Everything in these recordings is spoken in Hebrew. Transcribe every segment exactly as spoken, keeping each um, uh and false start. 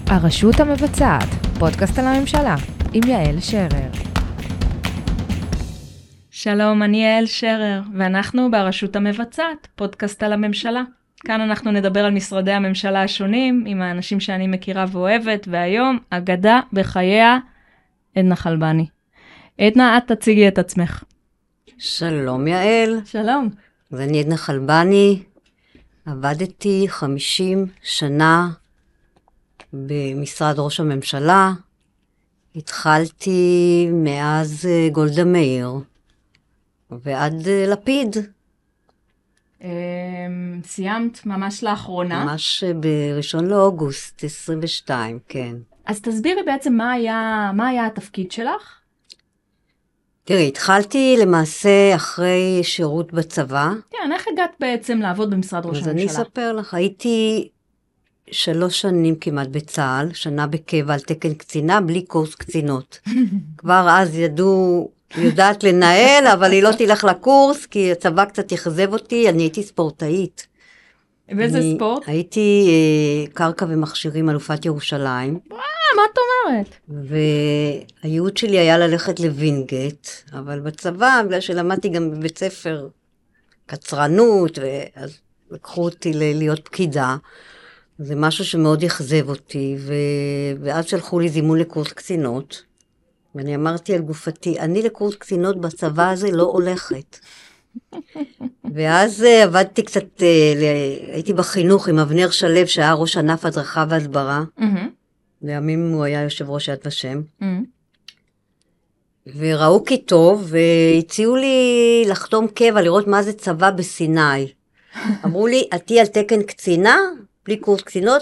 הרשות המבצעת, פודקאסט על הממשלה, עם יעל שרר. שלום, אני יעל שרר, ואנחנו ברשות המבצעת, פודקאסט על הממשלה. כאן אנחנו נדבר על משרדי הממשלה השונים, עם האנשים שאני מכירה ואוהבת, והיום אגדה בחייה, עדנה חלבני. עדנה, את תציגי את עצמך. שלום יעל. שלום. אז אני עדנה חלבני, עבדתי חמישים שנה במשרד ראש הממשלה, התחלתי מאז גולדה מאיר ועד לפיד. סיימת ממש לאחרונה. ממש בראשון לאוגוסט עשרים ושתיים, כן. אז תסבירי בעצם מה היה, מה היה התפקיד שלך? תראי, התחלתי למעשה אחרי שירות בצבא. כן, איך הגעת בעצם לעבוד במשרד ראש אז הממשלה? אני אספר לך, הייתי שלוש שנים כמעט בצה"ל, שנה בקבע על תקן קצינה, בלי קורס קצינות. כבר אז ידעו, יודעת לנהל, אבל היא לא תלך לקורס, כי הצבא קצת יחזב אותי, אני הייתי ספורטאית. ואיזה אני ספורט? הייתי אה, קרקע ומכשירים אלופת ירושלים. אה, מה את אומרת? והייעוד שלי היה ללכת לווינגייט, אבל בצבא, בגלל שלמדתי גם בבית ספר קצרנות, ואז לקחו אותי ל- להיות פקידה. זה משהו שמאוד יחזב אותי, ו... ואז שלחו לי זימון לקורס קצינות, ואני אמרתי על גופתי, אני לקורס קצינות בצבא הזה לא הולכת. ואז uh, עבדתי קצת, uh, ל... הייתי בחינוך עם אבנר שלב, שהיה ראש ענף הדרכה והסברה, לימים הוא היה יושב ראש יד ושם, וראו כי טוב, והציעו לי לחתום קבע, לראות מה זה צבא בסיני. אמרו לי, את תהיי על תקן קצינה, בלי קורס קצינות,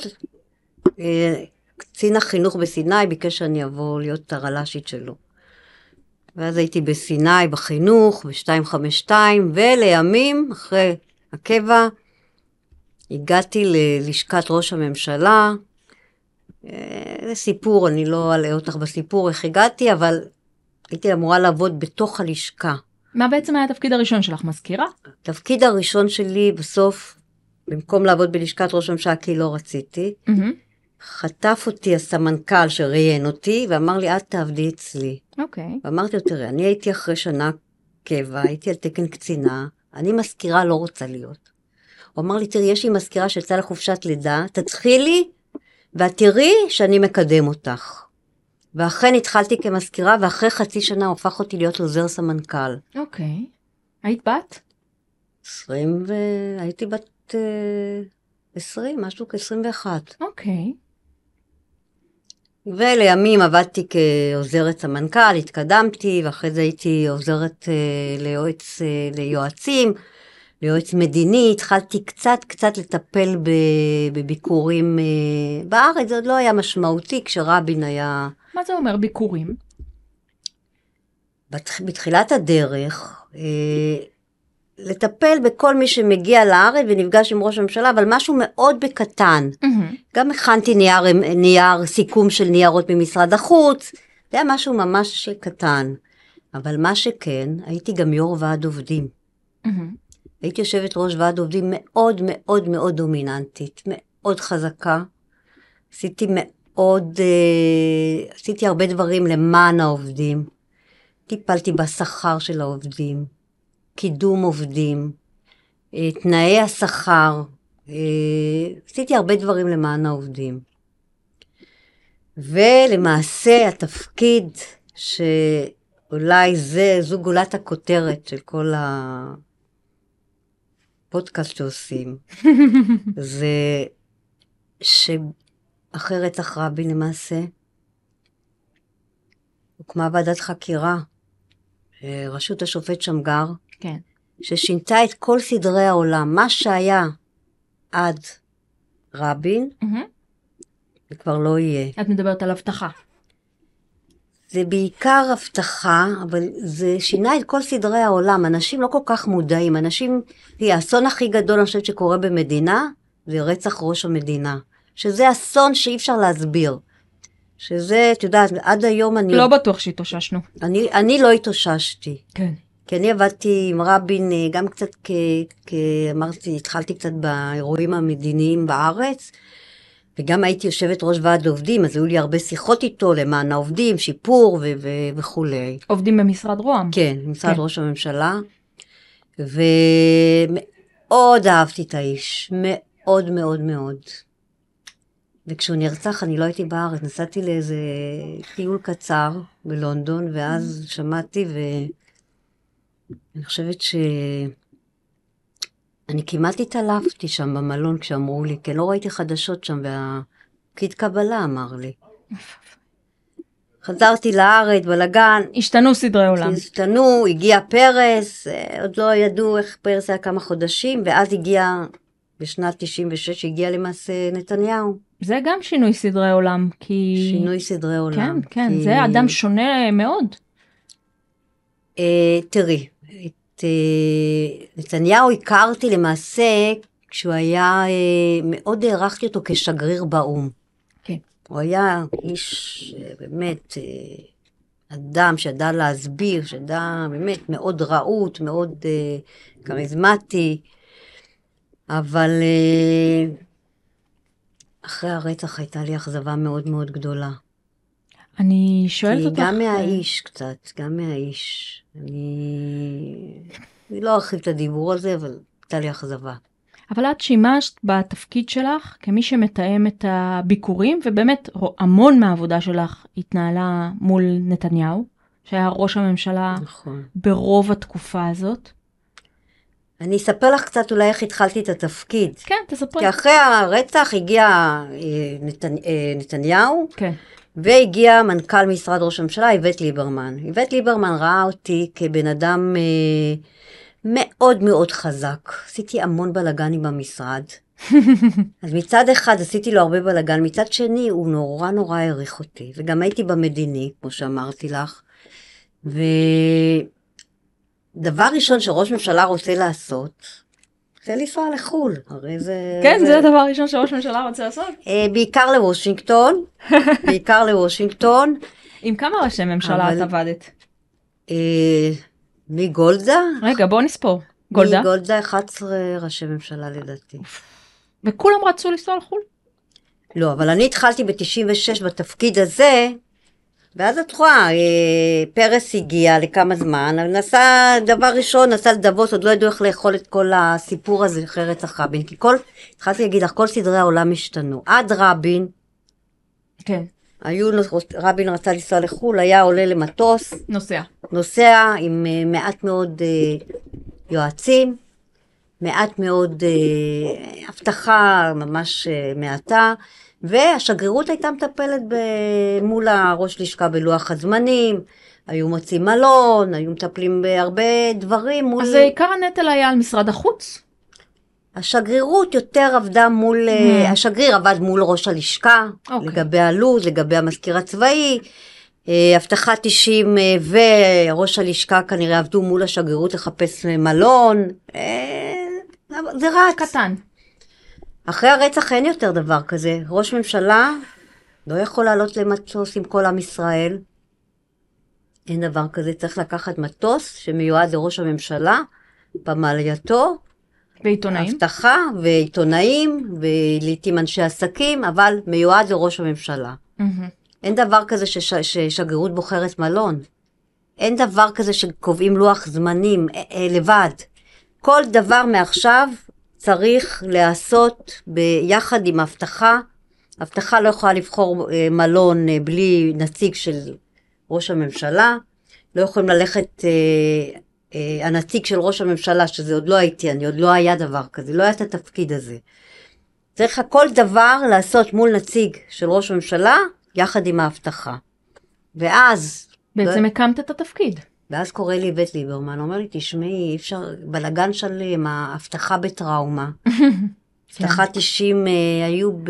קצין החינוך בסיני ביקש שאני אבוא להיות הרל"שית שלו. ואז הייתי בסיני בחינוך, ב-שתיים חמש שתיים, ולימים, אחרי הקבע, הגעתי ללשכת ראש הממשלה. זה סיפור, אני לא אלאה אותך בסיפור איך הגעתי, אבל הייתי אמורה לעבוד בתוך הלשכה. מה בעצם היה התפקיד הראשון שלך, מזכירה? התפקיד הראשון שלי בסוף, במקום לעבוד בלשכת ראש הממשלה, כי לא רציתי, mm-hmm. חטף אותי הסמנכ"ל שראיין אותי, ואמר לי, את תעבדי אצלי. אוקיי. Okay. ואמרתי לו, תראה, אני הייתי אחרי שנה קבע, הייתי על תקן קצינה, אני מזכירה לא רוצה להיות. הוא אמר לי, תראי, יש לי מזכירה שיצאה לחופשת לידה, תתחילי, ואת תראי שאני מקדם אותך. ואכן התחלתי כמזכירה, ואחרי חצי שנה הופך אותי להיות עוזר סמנכ"ל. אוקיי. Okay. היית בת? עשרים ו... הייתי בת עשרים, משהו כ-עשרים ואחת. אוקיי. ולימים עבדתי כעוזרת סמנכ"ל, התקדמתי, ואחרי זה הייתי עוזרת ליועץ, ליועצים, ליועץ מדיני, התחלתי קצת קצת לטפל בביקורים בארץ, זה עוד לא היה משמעותי, כשרבין היה... מה זה אומר ביקורים? בתחילת הדרך, לטפל בכל מי שמגיע לארץ ונפגש עם ראש הממשלה, אבל משהו מאוד בקטן. Mm-hmm. גם הכנתי נייר, נייר, סיכום של ניירות ממשרד החוץ, זה היה משהו ממש קטן. אבל מה שכן, הייתי גם יו"ר ועד עובדים. Mm-hmm. הייתי יושבת ראש ועד עובדים מאוד מאוד מאוד דומיננטית, מאוד חזקה. עשיתי מאוד, אה, עשיתי הרבה דברים למען העובדים. טיפלתי בשכר של העובדים. קידום עובדים, תנאי השכר, עשיתי הרבה דברים למען העובדים. ולמעשה התפקיד שאולי זה, זו גולת הכותרת של כל הפודקאסט שעושים, זה שאחרי רצח רבין למעשה, הוקמה ועדת חקירה, רשות השופט שמגר, כן. ששינתה את כל סדרי העולם, מה שהיה עד רבין, mm-hmm. זה כבר לא יהיה. את מדברת על הבטחה. זה בעיקר הבטחה, אבל זה שינה את כל סדרי העולם, אנשים לא כל כך מודעים, אנשים, האסון הכי גדול אני חושבת שקורה במדינה, זה רצח ראש המדינה, שזה אסון שאי אפשר להסביר. שזה, את יודעת, עד היום אני... לא בטוח שהתאוששנו. אני, אני לא התאוששתי. כן. כי אני עבדתי עם רבין גם קצת, כ, כ, אמרתי, התחלתי קצת באירועים המדיניים בארץ, וגם הייתי יושבת ראש ועד עובדים, אז היו לי הרבה שיחות איתו למען העובדים, שיפור ו- ו- וכולי. עובדים במשרד רוה"מ. כן, משרד כן. ראש הממשלה. ומאוד אהבתי את האיש, מאוד מאוד מאוד. וכשהוא נרצח אני לא הייתי בארץ, נסעתי לאיזה טיול קצר בלונדון, ואז שמעתי ואני חושבת ש... אני כמעט התעלפתי שם במלון כשאמרו לי, כי לא ראיתי חדשות שם, והפקיד קבלה אמר לי. חזרתי לארץ, בלגן. השתנו סדרי עולם. השתנו, הגיע פרס, עוד לא ידעו איך פרס היה כמה חודשים, ואז הגיע, בשנת תשעים ושש, הגיע למעשה נתניהו. זה גם שינוי סדרי עולם, כי... שינוי סדרי עולם. כן, כן, כי... זה אדם שונה מאוד. אה, תראי, את אה, נתניהו הכרתי למעשה, כשהוא היה, אה, מאוד הערכתי אותו כשגריר באו"ם. כן. הוא היה איש, אה, באמת, אה, אדם שידע להסביר, שידע באמת מאוד רעות, מאוד אה, כריזמטי, אבל אה, אחרי הרצח הייתה לי אכזבה מאוד מאוד גדולה. אני שואלת אותך... גם מהאיש קצת, גם מהאיש. אני... אני לא ארחיב את הדיבור על זה, אבל הייתה לי אכזבה. אבל את שימשת בתפקיד שלך כמי שמתאם את הביקורים, ובאמת המון מהעבודה שלך התנהלה מול נתניהו, שהיה ראש הממשלה נכון. ברוב התקופה הזאת. אני אספר לך קצת אולי איך התחלתי את התפקיד. כן, תספרי. כי אחרי הרצח הגיע אה, נת... אה, נתניהו, כן. והגיע מנכ"ל משרד ראש הממשלה, איווט ליברמן. איווט ליברמן ראה אותי כבן אדם אה, מאוד מאוד חזק. עשיתי המון בלגנים במשרד. אז מצד אחד עשיתי לו הרבה בלגן, מצד שני הוא נורא נורא העריך אותי. וגם הייתי במדיני, כמו שאמרתי לך. ודבר ראשון שראש ממשלה רוצה לעשות, זה לנסוע לחול. הרי זה... כן, זה... זה הדבר הראשון שראש ממשלה רוצה לעשות. אה, בעיקר לוושינגטון. בעיקר לוושינגטון. עם כמה ראשי ממשלה אבל- את עבדת? אה, מגולדה? רגע, בוא נספור. גולדה? מגולדה אחד עשר ראשי ממשלה לדעתי. וכולם רצו לנסוע לחו"ל? לא, אבל אני התחלתי ב-תשעים ושש בתפקיד הזה, ואז את רואה, אה, פרס הגיע לכמה זמן, נסע דבר ראשון, נסע לדבוס, עוד לא ידעו איך לאכול את כל הסיפור הזה אחרי רצח רבין, כי כל, התחלתי להגיד לך, כל סדרי העולם השתנו. עד רבין, כן. היו, רבין רצה לנסוע לחו"ל, היה עולה למטוס, נוסע. נוסע עם uh, מעט מאוד uh, יועצים, מעט מאוד uh, הבטחה ממש uh, מעטה, והשגרירות הייתה מטפלת ב- מול הראש לשכה בלוח הזמנים, היו מוצאים מלון, היו מטפלים בהרבה דברים מול... אז עיקר הנטל היה על משרד החוץ? השגרירות יותר עבדה מול, mm. השגריר עבד מול ראש הלשכה, Okay. לגבי הלו"ז, לגבי המזכיר הצבאי, הבטחה תשעים וראש הלשכה כנראה עבדו מול השגרירות לחפש מלון, זה רץ. קטן. אחרי הרצח אין יותר דבר כזה, ראש ממשלה לא יכול לעלות למטוס עם כל עם ישראל, אין דבר כזה, צריך לקחת מטוס שמיועד לראש הממשלה, פמלייתו, ועיתונאים? הבטחה ועיתונאים ולעיתים אנשי עסקים, אבל מיועד לראש הממשלה. Mm-hmm. אין דבר כזה שש, ששגרירות בוחרת מלון. אין דבר כזה שקובעים לוח זמנים אה, אה, לבד. כל דבר מעכשיו צריך לעשות ביחד עם הבטחה. הבטחה לא יכולה לבחור אה, מלון אה, בלי נציג של ראש הממשלה. לא יכולים ללכת... אה, הנציג של ראש הממשלה, שזה עוד לא הייתי, אני עוד לא היה דבר כזה, לא היה את התפקיד הזה. צריך כל דבר לעשות מול נציג של ראש הממשלה, יחד עם ההבטחה. ואז... בעצם הקמת את התפקיד. ואז קורא לי איווט ליברמן, אומר לי, תשמעי, אי אפשר, בלגן שלם, ההבטחה בטראומה. הבטחה תשעים היו ב...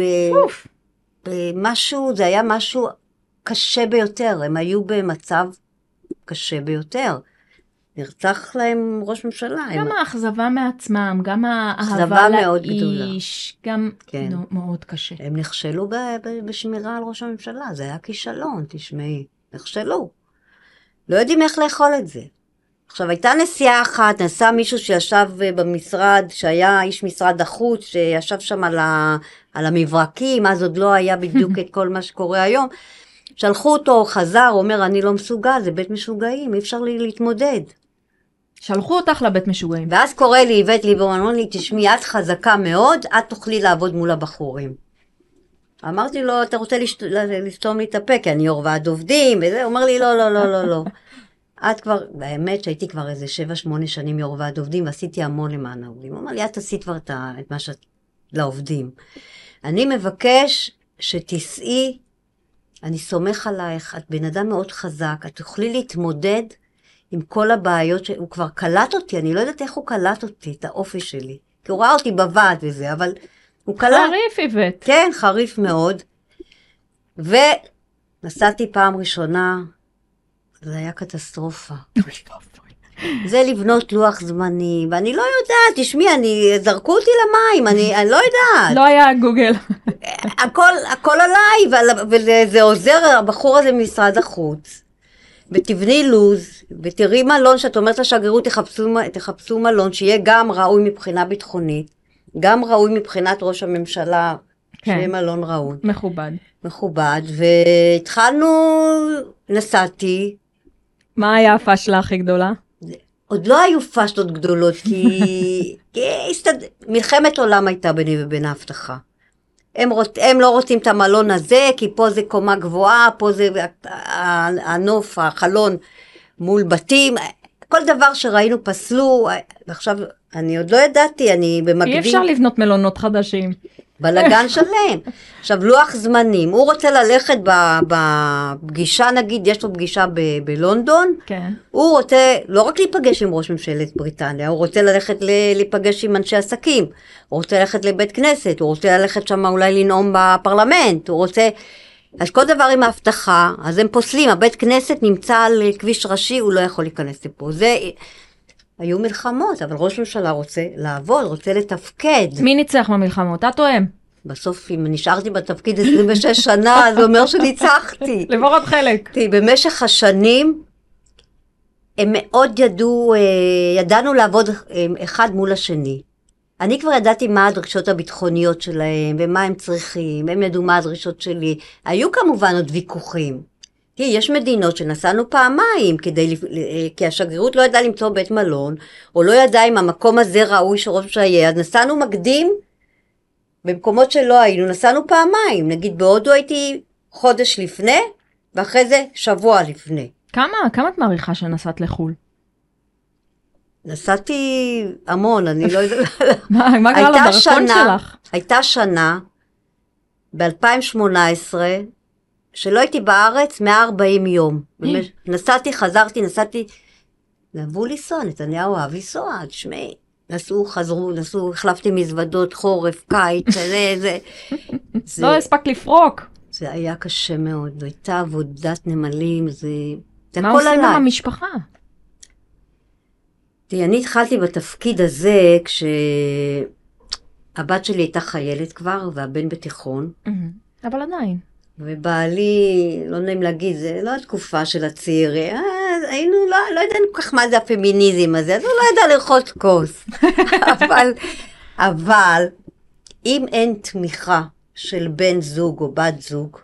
במשהו, זה היה משהו קשה ביותר, הם היו במצב קשה ביותר. נרצח להם ראש ממשלה. גם הם... האכזבה מעצמם, גם האהבה לאיש, גם כן. נו, מאוד קשה. הם נכשלו ב- ב- בשמירה על ראש הממשלה, זה היה כישלון, תשמעי, נכשלו. לא יודעים איך לאכול את זה. עכשיו, הייתה נסיעה אחת, נסע מישהו שישב במשרד, שהיה איש משרד החוץ, שישב שם על, ה, על המברקים, אז עוד לא היה בדיוק את כל מה שקורה היום. שלחו אותו, חזר, אומר, אני לא מסוגל, זה בית משוגעים, אי אפשר לי להתמודד. שלחו אותך לבית משוגעים. ואז קורא לי איווט ליברמן, אומר לי, תשמעי, את חזקה מאוד, את תוכלי לעבוד מול הבחורים. אמרתי לו, אתה רוצה לשת... לסתום לי את הפה, כי אני יו"ר ועד עובדים, וזה, הוא אומר לי, לא, לא, לא, לא, לא. את כבר, באמת שהייתי כבר איזה שבע, שמונה שנים יו"ר ועד עובדים, ועשיתי המון למען העובדים. הוא אומר לי, את עשית כבר את מה שאת לעובדים. אני מבקש שתסעי, אני סומך עלייך, את בן אדם מאוד חזק, את תוכלי להתמודד עם כל הבעיות, שהוא כבר קלט אותי, אני לא יודעת איך הוא קלט אותי, את האופי שלי. כי הוא ראה אותי בוועד וזה, אבל הוא קלט. חריף איווט. כן, חריף מאוד. ונסעתי פעם ראשונה, זה היה קטסטרופה. זה לבנות לוח זמני, ואני לא יודעת, תשמעי, אני, זרקו אותי למים, אני, אני לא יודעת. לא היה גוגל. הכל, הכל עליי, וזה עוזר, הבחור הזה ממשרד החוץ. ותבני לוז, ותראי מלון, שאת אומרת לשגרירות, תחפשו, תחפשו מלון, שיהיה גם ראוי מבחינה ביטחונית, גם ראוי מבחינת ראש הממשלה, כן. שיהיה מלון ראוי. מכובד. מכובד, והתחלנו, נסעתי. מה היה הפשלה הכי גדולה? עוד לא היו פשלות גדולות, כי, כי הסתד... מלחמת עולם הייתה ביני ובין ההבטחה. הם, רוצ... הם לא רוצים את המלון הזה, כי פה זה קומה גבוהה, פה זה הנוף, החלון מול בתים, כל דבר שראינו פסלו, ועכשיו אני עוד לא ידעתי, אני במקדים... אי אפשר לבנות מלונות חדשים. בלגן שלם. עכשיו, לוח זמנים, הוא רוצה ללכת בפגישה, נגיד, יש לו פגישה ב- בלונדון, כן. הוא רוצה לא רק להיפגש עם ראש ממשלת בריטניה, הוא רוצה ללכת ל- להיפגש עם אנשי עסקים, הוא רוצה ללכת לבית כנסת, הוא רוצה ללכת שם אולי לנאום בפרלמנט, הוא רוצה... אז כל דבר עם ההבטחה, אז הם פוסלים, הבית כנסת נמצא על כביש ראשי, הוא לא יכול להיכנס לפה. זה... היו מלחמות, אבל ראש ממשלה רוצה לעבוד, רוצה לתפקד. מי ניצח במלחמות? את או הם? בסוף, אם נשארתי בתפקיד עשרים ושש שנה, זה אומר שניצחתי. לפחות חלק. תראי, במשך השנים, הם מאוד ידעו, ידענו לעבוד אחד מול השני. אני כבר ידעתי מה הדרישות הביטחוניות שלהם, ומה הם צריכים, הם ידעו מה הדרישות שלי. היו כמובן עוד ויכוחים. תראי, יש מדינות שנסענו פעמיים, כדי, כי השגרירות לא ידעה למצוא בית מלון, או לא ידעה אם המקום הזה ראוי שראש ממשלה יהיה, אז נסענו מקדים, במקומות שלא היינו, נסענו פעמיים, נגיד בהודו הייתי חודש לפני, ואחרי זה שבוע לפני. כמה, כמה את מעריכה שנסעת לחול? נסעתי המון, אני לא יודעת. מה, מה קרה לדרכון שלך? הייתה שנה, ב-אלפיים שמונה עשרה, שלא הייתי בארץ מאה וארבעים יום. נסעתי, חזרתי, נסעתי, נאהבו לנסוע, נתניהו אהב לנסוע, תשמעי, נסעו, חזרו, נסעו, החלפתי מזוודות, חורף, קיץ, זה, זה. לא הספק לפרוק. זה היה קשה מאוד, זו הייתה עבודת נמלים, זה... מה עושים עם המשפחה? תראי, אני התחלתי בתפקיד הזה, כשהבת שלי הייתה חיילת כבר, והבן בתיכון. אבל עדיין. ובעלי, לא נעים להגיד, זה לא התקופה של הצעירים, היינו, לא, לא ידענו כל כך מה זה הפמיניזם הזה, אז הוא לא ידע לרחוץ כוס. אבל, אבל, אם אין תמיכה של בן זוג או בת זוג,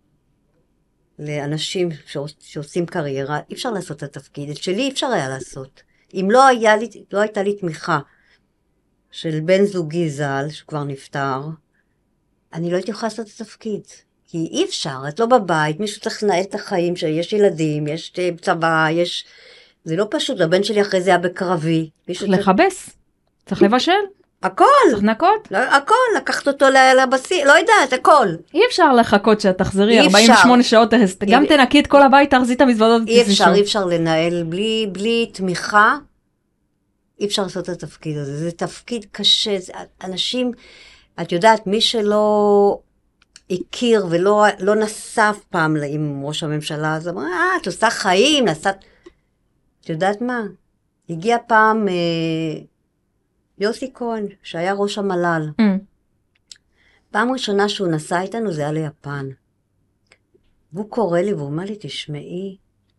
לאנשים שעושים קריירה, אי אפשר לעשות את התפקיד, את שלי אי אפשר היה לעשות. אם לא, היה לי, לא הייתה לי תמיכה של בן זוגי ז"ל, שכבר נפטר, אני לא הייתי יכולה לעשות את התפקיד. כי אי אפשר, את לא בבית, מישהו צריך לנהל את החיים, שיש ילדים, יש צבא, יש... זה לא פשוט, הבן שלי אחרי זה היה בקרבי. צריך לחבס, צריך לבשל. הכל. צריך לנקות. לא, הכל, לקחת אותו לבסיס, לא יודעת, הכל. אי אפשר לחכות שאת תחזרי ארבעים ושמונה שעות, גם אי... תנקי את כל הבית, תרזי את המזוודות. אי אפשר, אי אפשר לנהל, בלי, בלי תמיכה, אי אפשר לעשות את התפקיד הזה. זה תפקיד קשה, זה, אנשים, את יודעת, מי שלא... הכיר ולא לא נסף פעם עם ראש הממשלה, אז אמר, אה, את עושה חיים, נסעת... את יודעת מה? הגיע פעם אה, יוסי כהן, שהיה ראש המל"ל. Mm. פעם ראשונה שהוא נסע איתנו, זה היה ליפן. והוא קורא לי והוא אומר לי, תשמעי,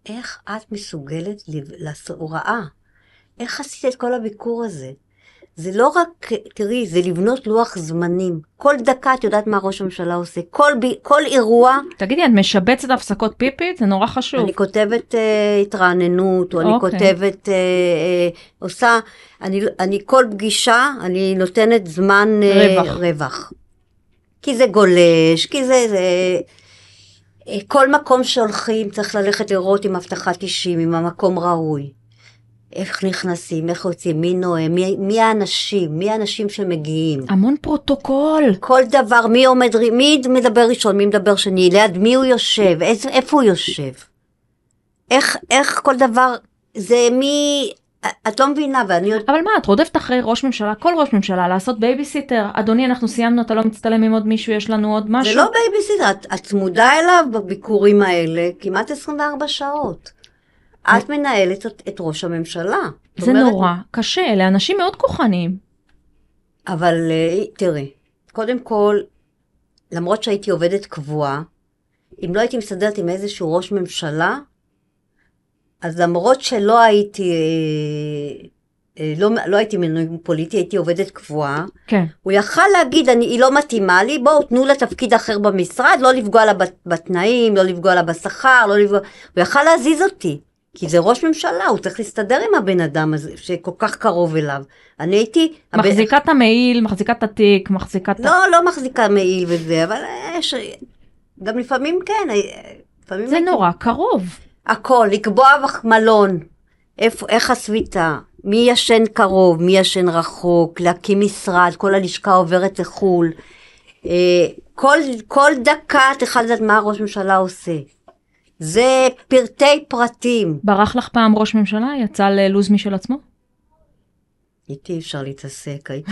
איך את מסוגלת לעשות הוראה? איך עשית את כל הביקור הזה? זה לא רק, תראי, זה לבנות לוח זמנים. כל דקה את יודעת מה ראש הממשלה עושה. כל, כל אירוע... תגידי, את משבצת הפסקות פיפית? זה נורא חשוב. אני כותבת אה, התרעננות, או אני אוקיי. כותבת, אה, אה, עושה, אני, אני כל פגישה, אני נותנת זמן אה, רווח. רווח. כי זה גולש, כי זה... זה אה, כל מקום שהולכים צריך ללכת לראות עם הבטחת אישים, עם המקום ראוי. איך נכנסים, איך יוצאים, מי נואם, מי, מי האנשים, מי האנשים שמגיעים. המון פרוטוקול. כל דבר, מי עומד, מי מדבר ראשון, מי מדבר שני, ליד מי הוא יושב, איזה, איפה הוא יושב. איך, איך כל דבר, זה מי, את לא מבינה, ואני... אבל מה, את רודפת אחרי ראש ממשלה, כל ראש ממשלה, לעשות בייביסיטר. אדוני, אנחנו סיימנו, אתה לא מצטלם עם עוד מישהו, יש לנו עוד משהו. זה לא בייביסיטר, את, את צמודה אליו בביקורים האלה, כמעט עשרים וארבע שעות. את מנהלת את, את ראש הממשלה. זה אומרת, נורא קשה, אלה אנשים מאוד כוחניים. אבל תראי, קודם כל, למרות שהייתי עובדת קבועה, אם לא הייתי מסדרת עם איזשהו ראש ממשלה, אז למרות שלא הייתי, לא, לא הייתי מינוי פוליטי, הייתי עובדת קבועה, כן. הוא יכל להגיד, אני, היא לא מתאימה לי, בואו תנו לה תפקיד אחר במשרד, לא לפגוע לה בתנאים, לא לפגוע לה בשכר, לא לפגוע, הוא יכל להזיז אותי. כי זה ראש ממשלה, הוא צריך להסתדר עם הבן אדם הזה, שכל כך קרוב אליו. אני הייתי... מחזיקת הבן... המעיל, מחזיקת התיק, מחזיקת... לא, לא מחזיקה מעיל וזה, אבל יש... גם לפעמים כן. לפעמים זה הייתי... נורא קרוב. הכל, לקבוע מלון, איפה, איך הסביטה, מי ישן קרוב, מי ישן רחוק, להקים משרד, כל הלשכה עוברת לחול. כל, כל דקה את יכולה לדעת מה ראש ממשלה עושה. זה פרטי פרטים. ברח לך פעם ראש ממשלה? יצא ללוז משל עצמו? הייתי אפשר להתעסק, הייתי...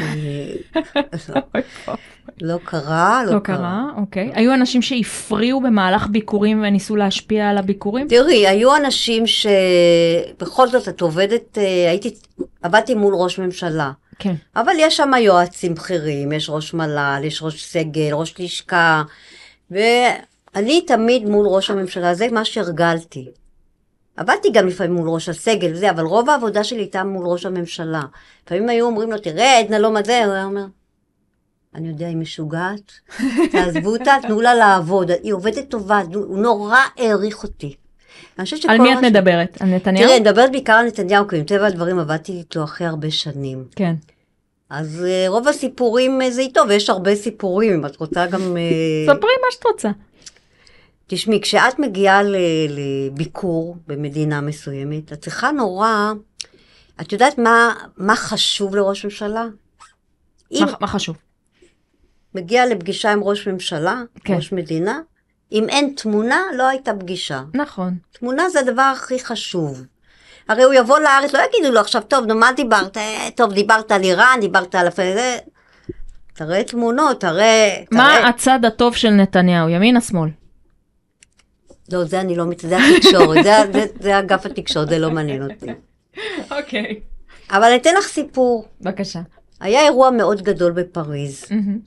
לא קרה, לא, לא קרה. קרה, אוקיי. היו אנשים שהפריעו במהלך ביקורים וניסו להשפיע על הביקורים? תראי, היו אנשים שבכל זאת את עובדת, הייתי, עבדתי מול ראש ממשלה. כן. אבל יש שם יועצים בכירים, יש ראש מל"ל, יש ראש סגל, ראש לשכה, ואני תמיד מול ראש הממשלה, זה מה שהרגלתי. עבדתי גם לפעמים מול ראש הסגל וזה, אבל רוב העבודה שלי הייתה מול ראש הממשלה. לפעמים היו אומרים לו, תראה, עדנה לא מזה, הוא היה אומר, אני יודע, היא משוגעת, תעזבו אותה, תנו לה לעבוד, היא עובדת טובה, הוא נורא העריך אותי. על מי את מדברת? על נתניהו? תראה, אני מדברת בעיקר על נתניהו, כי עם טבע הדברים עבדתי איתו אחרי הרבה שנים. כן. אז רוב הסיפורים זה איתו, ויש הרבה סיפורים, אם את רוצה גם... ספרי מה שאת רוצה. תשמעי, כשאת מגיעה לביקור במדינה מסוימת, את צריכה נורא, את יודעת מה, מה חשוב לראש ממשלה? מה, מה חשוב? מגיע לפגישה עם ראש ממשלה, כן. ראש מדינה, אם אין תמונה, לא הייתה פגישה. נכון. תמונה זה הדבר הכי חשוב. הרי הוא יבוא לארץ, לא יגידו לו עכשיו, טוב, נו, מה דיברת? טוב, דיברת על איראן, דיברת על... תראה תמונות, תראה... מה תראה... הצד הטוב של נתניהו, ימין השמאל? לא, זה אני לא מתדע, זה התקשורת, זה, זה, זה אגף התקשורת, זה לא מעניין אותי. אוקיי. אבל אני אתן לך סיפור. בבקשה. היה אירוע מאוד גדול בפריז,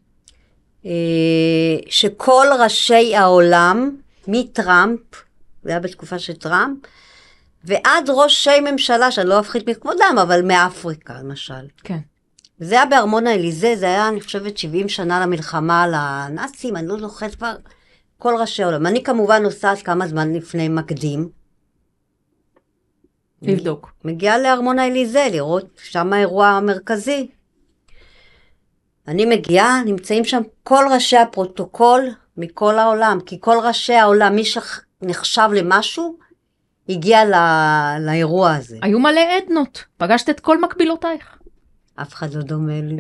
שכל ראשי העולם, מטראמפ, זה היה בתקופה של טראמפ, ועד ראשי ממשלה, שאני לא אפחית מכבודם, אבל מאפריקה, למשל. כן. וזה היה בארמון האליזה, זה היה, אני חושבת, שבעים שנה למלחמה על הנאצים, אני לא זוכרת כבר, כל ראשי העולם. אני כמובן נוסעת כמה זמן לפני מקדים. לבדוק. מגיעה לארמון האליזה, לראות שם האירוע המרכזי. אני מגיעה, נמצאים שם כל ראשי הפרוטוקול מכל העולם, כי כל ראשי העולם, מי שנחשב למשהו, הגיע לא, לאירוע הזה. היו מלא עדנות, פגשת את כל מקבילותייך. אף אחד לא דומה לי.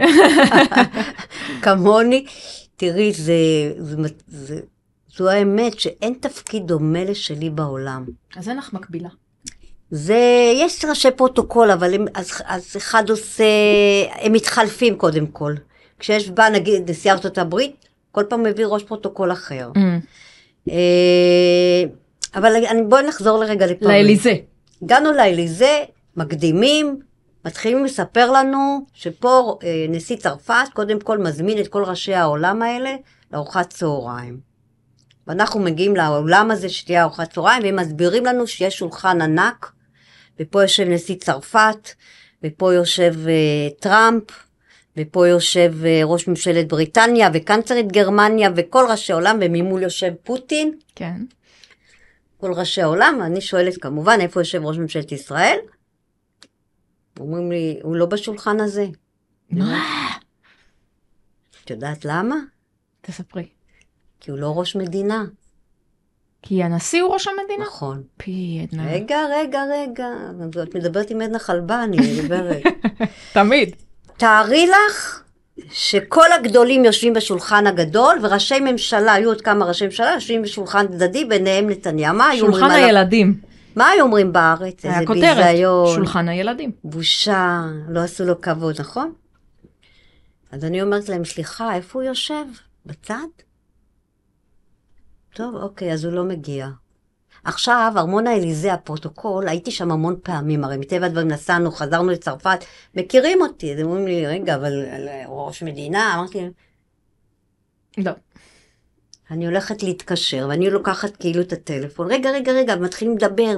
כמוני, תראי, זה, זה, זה, זו האמת שאין תפקיד דומה לשלי בעולם. אז אין לך מקבילה. זה, יש ראשי פרוטוקול, אבל הם, אז, אז אחד עושה, הם מתחלפים קודם כל. כשיש בה, נגיד, נשיא ארצות הברית, כל פעם מביא ראש פרוטוקול אחר. Mm. אה, אבל אני, בואי נחזור לרגע לפריז. לאליזה. הגענו לאליזה, מקדימים, מתחילים לספר לנו שפה אה, נשיא צרפת, קודם כל מזמין את כל ראשי העולם האלה לארוחת צהריים. ואנחנו מגיעים לעולם הזה שתהיה ארוחת צהריים, והם מסבירים לנו שיש שולחן ענק, ופה יושב נשיא צרפת, ופה יושב uh, טראמפ, ופה יושב uh, ראש ממשלת בריטניה, וקנצלרית גרמניה, וכל ראשי העולם, וממול יושב פוטין. כן. כל ראשי העולם, אני שואלת כמובן, איפה יושב ראש ממשלת ישראל? אומרים לי, הוא לא בשולחן הזה. את יודעת למה? תספרי. כי הוא לא ראש מדינה. כי הנשיא הוא ראש המדינה? נכון. פי עדנה. רגע, רגע, רגע. את מדברת עם עדנה חלבה, אני מדברת. תמיד. תארי לך שכל הגדולים יושבים בשולחן הגדול, וראשי ממשלה, היו עוד כמה ראשי ממשלה, יושבים בשולחן צדדי, ביניהם נתניהו. מה היו אומרים שולחן עליו? הילדים. מה היו אומרים בארץ? היה איזה כותרת. ביזיון. שולחן הילדים. בושה, לא עשו לו כבוד, נכון? אז אני אומרת להם, סליחה, איפה הוא יושב? בצד? טוב, אוקיי, אז הוא לא מגיע. עכשיו, ארמון האליזה, הפרוטוקול, הייתי שם המון פעמים, הרי מטבע הדברים נסענו, חזרנו לצרפת, מכירים אותי, אז הם אומרים לי, רגע, אבל ראש מדינה, אמרתי להם, לא. אני הולכת להתקשר, ואני לוקחת כאילו את הטלפון, רגע, רגע, רגע, מתחילים לדבר,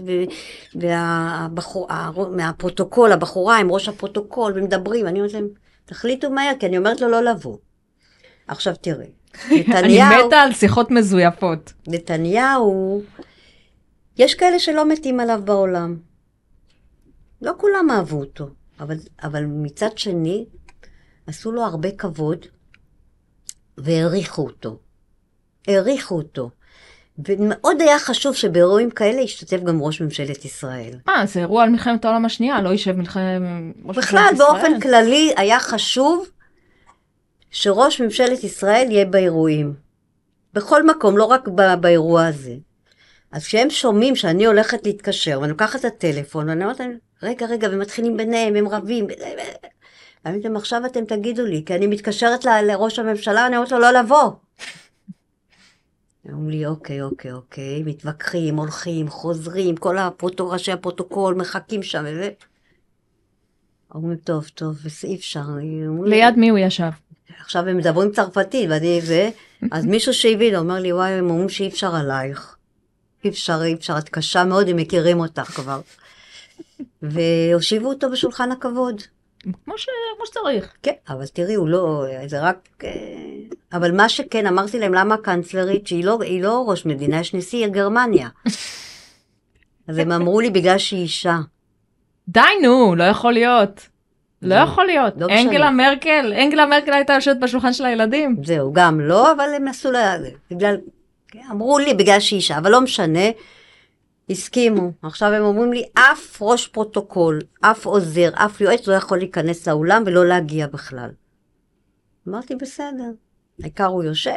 מהפרוטוקול, הבחורה עם ראש הפרוטוקול, ומדברים, אני אומרת להם, תחליטו מהר, כי אני אומרת לו לא לבוא. עכשיו תראי, נתניהו... אני מתה על שיחות מזויפות. נתניהו, יש כאלה שלא מתים עליו בעולם. לא כולם אהבו אותו, אבל, אבל מצד שני, עשו לו הרבה כבוד, והעריכו אותו. העריכו אותו. ומאוד היה חשוב שבאירועים כאלה ישתתף גם ראש ממשלת ישראל. אה, זה אירוע על מלחמת העולם השנייה, לא יישב מלחמת... בכלל, באופן כללי היה חשוב שראש ממשלת ישראל יהיה באירועים. בכל מקום, לא רק באירוע הזה. אז כשהם שומעים שאני הולכת להתקשר, ואני לוקחת את הטלפון, ואני אומרת להם, רגע, רגע, ומתחילים ביניהם, הם רבים. ואני אומרת, עכשיו אתם תגידו לי, כי אני מתקשרת לראש הממשלה, אני אומרת לו לא לבוא. אומרים לי, אוקיי, אוקיי, אוקיי, מתווכחים, הולכים, חוזרים, כל ראשי הפרוטוקול מחכים שם, ו... אומרים, טוב, טוב, אי אפשר. ליד מי הוא ישב? עכשיו הם מדברים צרפתית, ואני זה, אז מישהו שהבין, אומר לי, וואי, הם אומרים שאי אפשר עלייך. אי אפשר, אי אפשר, את קשה מאוד, הם מכירים אותך כבר. והושיבו אותו בשולחן הכבוד. כמו, ש... כמו שצריך. כן, אבל תראי, הוא לא, זה רק... אבל מה שכן, אמרתי להם, למה הקנצלרית, שהיא לא, היא לא ראש מדינה, יש נשיא גרמניה. אז הם אמרו לי, בגלל שהיא אישה. די נו, לא יכול להיות. לא יכול להיות. לא אנגלה מרקל, אנגלה מרקל הייתה יושבת בשולחן של הילדים. זהו, גם לא, אבל הם עשו לה... בגלל... אמרו לי, בגלל שהיא אישה, אבל לא משנה. הסכימו. עכשיו הם אומרים לי, אף ראש פרוטוקול, אף עוזר, אף יועץ לא יכול להיכנס לאולם ולא להגיע בכלל. אמרתי, בסדר. העיקר הוא יושב.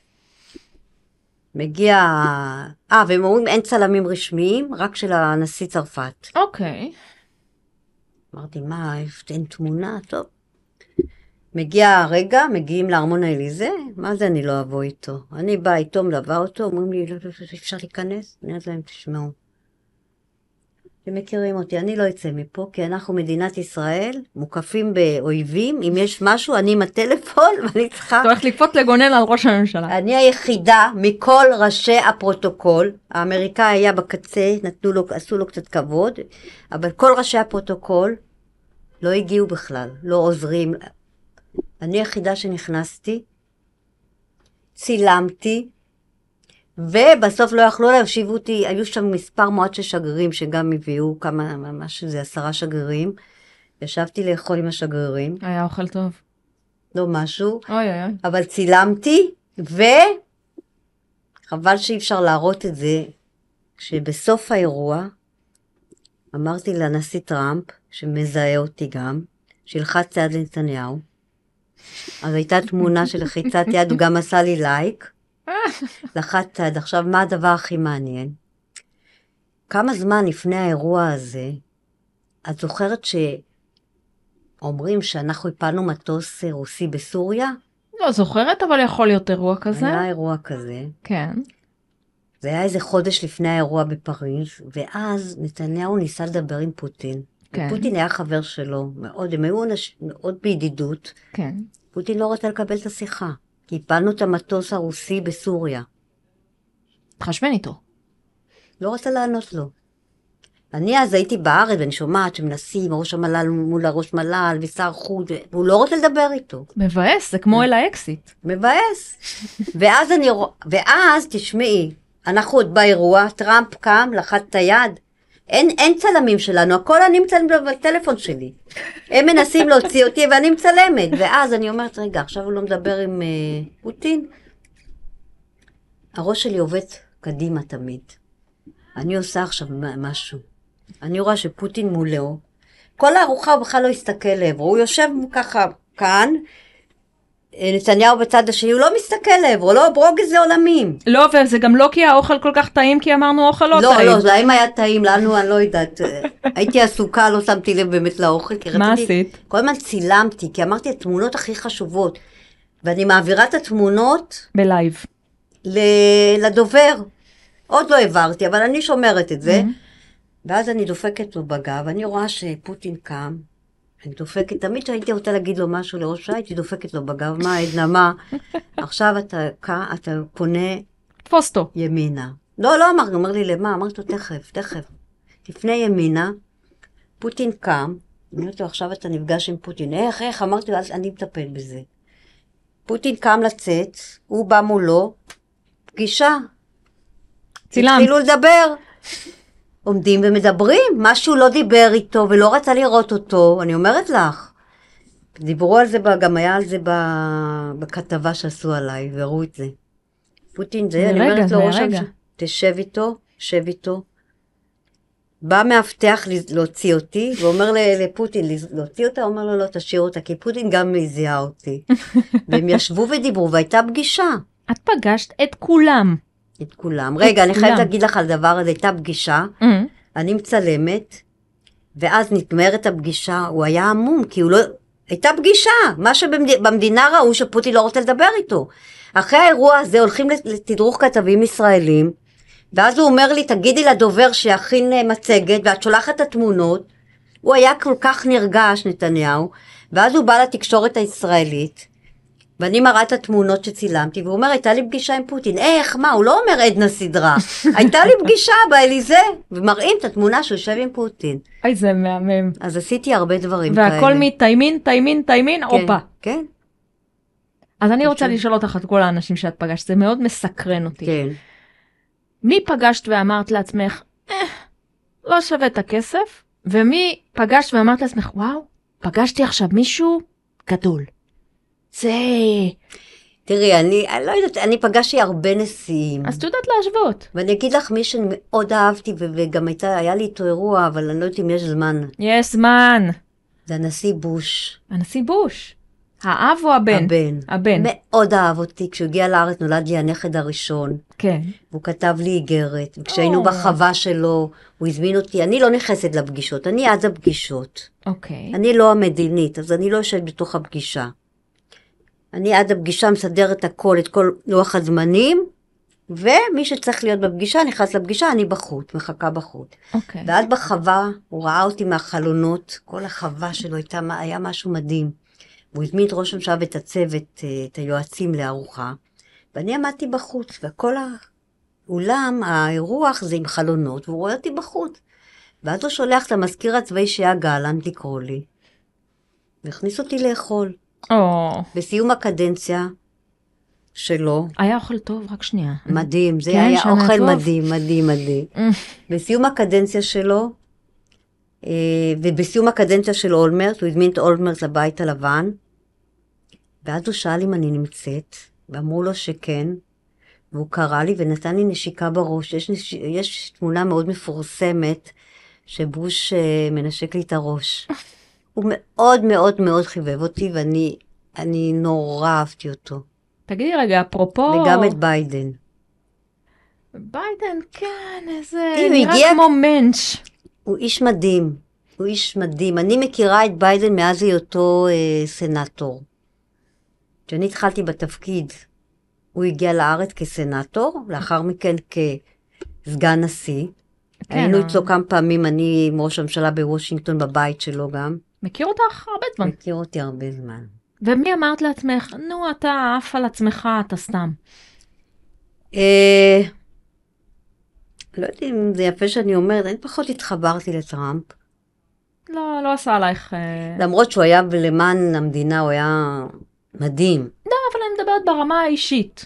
מגיע... אה, והם אומרים, אין צלמים רשמיים, רק של הנשיא צרפת. אוקיי. אמרתי, מה, אין תמונה? טוב. מגיע הרגע, מגיעים לארמון האליזה, מה זה אני לא אבוא איתו? אני באה איתו, מלווה אותו, אומרים לי, לא, לא, לא, אפשר להיכנס? אני אומרת להם, תשמעו. אתם מכירים אותי, אני לא אצא מפה, כי אנחנו מדינת ישראל, מוקפים באויבים, אם יש משהו, אני עם הטלפון, ואני צריכה... אתה הולך לקפוץ לגונן על ראש הממשלה. אני היחידה מכל ראשי הפרוטוקול, האמריקאי היה בקצה, נתנו לו, עשו לו קצת כבוד, אבל כל ראשי הפרוטוקול לא הגיעו בכלל, לא עוזרים. אני היחידה שנכנסתי, צילמתי, ובסוף לא יכלו להושיבו אותי, היו שם מספר מועט של שגרירים, שגם הביאו כמה, ממש זה עשרה שגרירים, ישבתי לאכול עם השגרירים. היה אוכל טוב. לא משהו. אוי אוי אוי. אבל צילמתי, וחבל שאי אפשר להראות את זה, שבסוף האירוע, אמרתי לנשיא טראמפ, שמזהה אותי גם, שילחץ יד לנתניהו, אז הייתה תמונה של לחיצת יד, הוא גם עשה לי לייק, לחץ יד. עכשיו, מה הדבר הכי מעניין? כמה זמן לפני האירוע הזה, את זוכרת שאומרים שאנחנו הפלנו מטוס רוסי בסוריה? לא זוכרת, אבל יכול להיות אירוע כזה. היה אירוע כזה. כן. זה היה איזה חודש לפני האירוע בפריז, ואז נתניהו ניסה לדבר עם פוטין. כן. פוטין היה חבר שלו, מאוד, הם היו מאוד בידידות. כן. פוטין לא רצה לקבל את השיחה, כי הפלנו את המטוס הרוסי בסוריה. תחשבן איתו. לא רוצה לענות לו. אני אז הייתי בארץ ואני שומעת שמנסים ראש המל"ל מול הראש מל"ל ושר חוץ, והוא לא רוצה לדבר איתו. מבאס, זה כמו אל האקסיט. מבאס. ואז אני, ואז תשמעי, אנחנו עוד באירוע, טראמפ קם, לחץ את היד, אין, אין צלמים שלנו, הכל אני מצלמת בטלפון שלי. הם מנסים להוציא אותי ואני מצלמת, ואז אני אומרת, רגע, עכשיו הוא לא מדבר עם uh, פוטין. הראש שלי עובד קדימה תמיד. אני עושה עכשיו משהו. אני רואה שפוטין מולו, כל הארוחה הוא בכלל לא הסתכל לעברו, הוא יושב ככה כאן, נתניהו בצד השני, הוא לא מסתכל לעברו, לא ברוג איזה עולמים. לא, וזה גם לא כי האוכל כל כך טעים, כי אמרנו אוכל לא, לא טעים. לא, לא, להם היה טעים, לנו אני לא יודעת, הייתי עסוקה, לא שמתי לב באמת לאוכל. מה עשית? כל הזמן צילמתי, כי אמרתי התמונות הכי חשובות, ואני מעבירה את התמונות, בלייב. לדובר, עוד לא העברתי, אבל אני שומרת את זה, ואז אני דופקת לו בגב, אני רואה שפוטין קם, אני דופקת, תמיד שהייתי רוצה להגיד לו משהו לראש שעה, הייתי דופקת לו בגב, מה, עדנה, מה? עכשיו אתה, אתה פונה פוסטו. ימינה. לא, לא אמר, הוא אומר לי, למה? אמרתי לו, תכף, תכף. לפני ימינה, פוטין קם, אני אומרת לו, עכשיו אתה נפגש עם פוטין, איך, איך? אמרתי לו, אני מטפל בזה. פוטין קם לצאת, הוא בא מולו, פגישה. צילמת. התחילו לדבר. עומדים ומדברים, משהו לא דיבר איתו ולא רצה לראות אותו, אני אומרת לך. דיברו על זה, גם היה על זה בכתבה שעשו עליי, והראו את זה. פוטין זה, אני אומרת לו, תשב איתו, שב איתו. בא מאבטח להוציא אותי, ואומר לפוטין להוציא אותה, אומר לו, לא, תשאיר אותה, כי פוטין גם מזיעה אותי. והם ישבו ודיברו, והייתה פגישה. את פגשת את כולם. את כולם. רגע, אני חייבת להגיד לך על דבר הזה, הייתה פגישה, אני מצלמת, ואז נגמרת הפגישה, הוא היה עמום, כי הוא לא... הייתה פגישה, מה שבמדינה ראו שפוטין לא רוצה לדבר איתו. אחרי האירוע הזה הולכים לתדרוך כתבים ישראלים, ואז הוא אומר לי, תגידי לדובר שיכין מצגת, ואת שולחת את התמונות, הוא היה כל כך נרגש, נתניהו, ואז הוא בא לתקשורת הישראלית, ואני מראה את התמונות שצילמתי, והוא אומר, הייתה לי פגישה עם פוטין. איך, מה? הוא לא אומר עדנה סדרה. הייתה לי פגישה באליזה, ומראים את התמונה שהוא יושב עם פוטין. אוי, זה מהמם. אז עשיתי הרבה דברים כאלה. והכל מתיימין, תיימין, תיימין, הופה. כן. אז אני רוצה לשאול אותך את כל האנשים שאת פגשת, זה מאוד מסקרן אותי. כן. מי פגשת ואמרת לעצמך, אה, לא שווה את הכסף, ומי פגשת ואמרת לעצמך, וואו, פגשתי עכשיו מישהו גדול. זה... תראי, אני, אני לא יודעת, אני פגשתי הרבה נשיאים. אז את יודעת להשוות. ואני אגיד לך מי שמאוד אהבתי, וגם הייתה, היה לי איתו אירוע, אבל אני לא יודעת אם יש זמן. יש זמן. זה הנשיא בוש. הנשיא בוש. האב או הבן? הבן. הבן. מאוד אהב אותי. כשהוא הגיע לארץ נולד לי הנכד הראשון. כן. והוא כתב לי איגרת. וכשהיינו בחווה שלו, הוא הזמין אותי. אני לא נכנסת לפגישות, אני עד הפגישות. אוקיי. אני לא המדינית, אז אני לא יושבת בתוך הפגישה. אני עד הפגישה מסדרת הכל, את כל לוח הזמנים, ומי שצריך להיות בפגישה, נכנס לפגישה, אני בחוץ, מחכה בחוץ. אוקיי. ואז בחווה, הוא ראה אותי מהחלונות, כל החווה שלו הייתה, היה משהו מדהים. הוא הזמין את ראש הממשלה ואת הצוות, את היועצים לארוחה, ואני עמדתי בחוץ, וכל האולם, האירוח זה עם חלונות, והוא רואה אותי בחוץ. ואז הוא שולח את המזכיר הצבאי שהיה גלנט לקרוא לי, והכניס אותי לאכול. או. בסיום הקדנציה שלו. היה אוכל טוב, רק שנייה. מדהים, זה כן, היה אוכל טוב. מדהים, מדהים, מדהים. בסיום הקדנציה שלו, ובסיום הקדנציה של אולמרט, הוא הזמין את אולמרט לבית הלבן, ואז הוא שאל אם אני נמצאת, ואמרו לו שכן, והוא קרא לי ונתן לי נשיקה בראש. יש, נש... יש תמונה מאוד מפורסמת, שבוש מנשק לי את הראש. הוא מאוד מאוד מאוד חיבב אותי, ואני אני נורא אהבתי אותו. תגידי רגע, אפרופו... וגם את ביידן. ביידן, כן, איזה... נראה הגיע... כמו מנש. הוא איש מדהים, הוא איש מדהים. אני מכירה את ביידן מאז היותו אה, סנטור. כשאני התחלתי בתפקיד, הוא הגיע לארץ כסנטור, לאחר מכן כסגן נשיא. כן, היינו אצלו כמה פעמים, אני עם ראש הממשלה בוושינגטון בבית שלו גם. מכיר אותך הרבה זמן. מכיר אותי הרבה זמן. ומי אמרת לעצמך, נו, אתה עף על עצמך, אתה סתם. אה, לא יודעת אם זה יפה שאני אומרת, אני פחות התחברתי לטראמפ. לא, לא עשה עלייך... אה, למרות שהוא היה למען המדינה, הוא היה מדהים. לא, אבל אני מדברת ברמה האישית.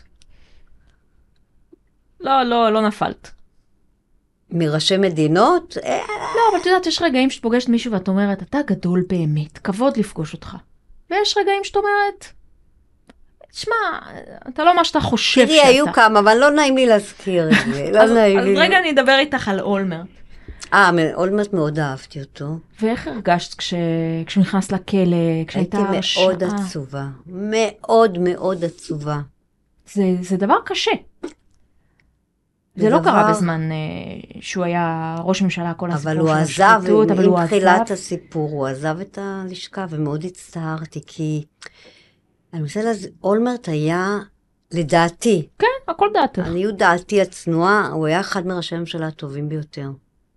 לא, לא, לא נפלת. מראשי מדינות, אה, לא, אבל את יודעת, יש רגעים שאת פוגשת מישהו ואת אומרת, אתה גדול באמת, כבוד לפגוש אותך. ויש רגעים שאת אומרת, שמע, אתה לא מה שאתה חושב תראי, שאתה. היו כמה, אבל לא נעים לי להזכיר את זה. לא אז, נעים אז לי. רגע אני אדבר איתך על אולמרט. אה, אולמרט מאוד אהבתי אותו. ואיך הרגשת כש... כשהוא נכנס לכלא, כשהייתה הייתי הרשעה? מאוד עצובה. מאוד מאוד עצובה. זה, זה דבר קשה. זה זה לא דבר- קרה בזמן אה, שהוא היה ראש ממשלה, כל הסיפור אבל הוא של עזב, השחיתות, אבל הוא עם תחילת עזב. הסיפור, הוא עזב את הלשכה, ומאוד הצטערתי, כי אני רוצה להז... אולמרט היה, לדעתי, כן, הכל דעתך. לעניות דעתי הצנועה, הוא היה אחד מראשי הממשלה הטובים ביותר.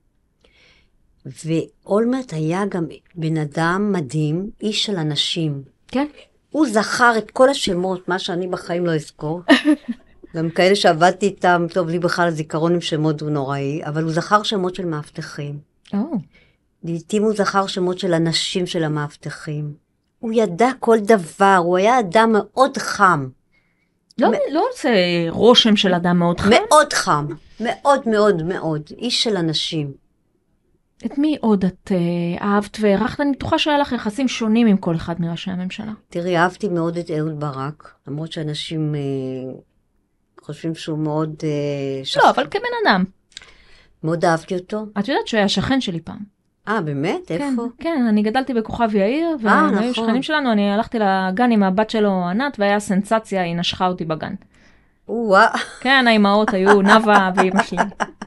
ואולמרט היה גם בן אדם מדהים, איש של אנשים. כן. הוא זכר את כל השמות, מה שאני בחיים לא אזכור. גם כאלה שעבדתי איתם, טוב, לי בכלל הזיכרון עם שמות הוא נוראי, אבל הוא זכר שמות של מאבטחים. או. לעתים הוא זכר שמות של אנשים של המאבטחים. הוא ידע כל דבר, הוא היה אדם מאוד חם. לא, לא זה רושם של אדם מאוד חם. מאוד חם, מאוד מאוד מאוד, איש של אנשים. את מי עוד את אה, אהבת והערכת? אני בטוחה שהיה לך יחסים שונים עם כל אחד מראשי הממשלה. תראי, אהבתי מאוד את אהוד ברק, למרות שאנשים אה, חושבים שהוא מאוד... אה, שכ... לא, אבל כבן אדם. מאוד אהבתי אותו. את יודעת שהוא היה שכן שלי פעם. אה, באמת? כן, איפה? כן, אני גדלתי בכוכב יאיר, אה, והם היו נכון. שכנים שלנו, אני הלכתי לגן עם הבת שלו ענת, והיה סנסציה, היא נשכה אותי בגן. וואה. כן, האימהות היו נאווה ואימא שלי.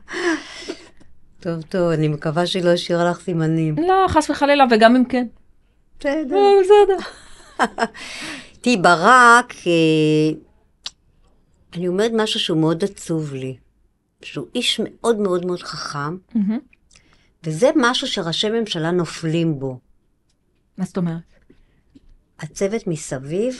טוב, טוב, אני מקווה שהיא לא השאירה לך סימנים. לא, חס וחלילה, וגם אם כן. בסדר. לא, בסדר. תראי, ברק, אה, אני אומרת משהו שהוא מאוד עצוב לי. שהוא איש מאוד מאוד מאוד חכם, מהמם. וזה משהו שראשי ממשלה נופלים בו. מה זאת אומרת? הצוות מסביב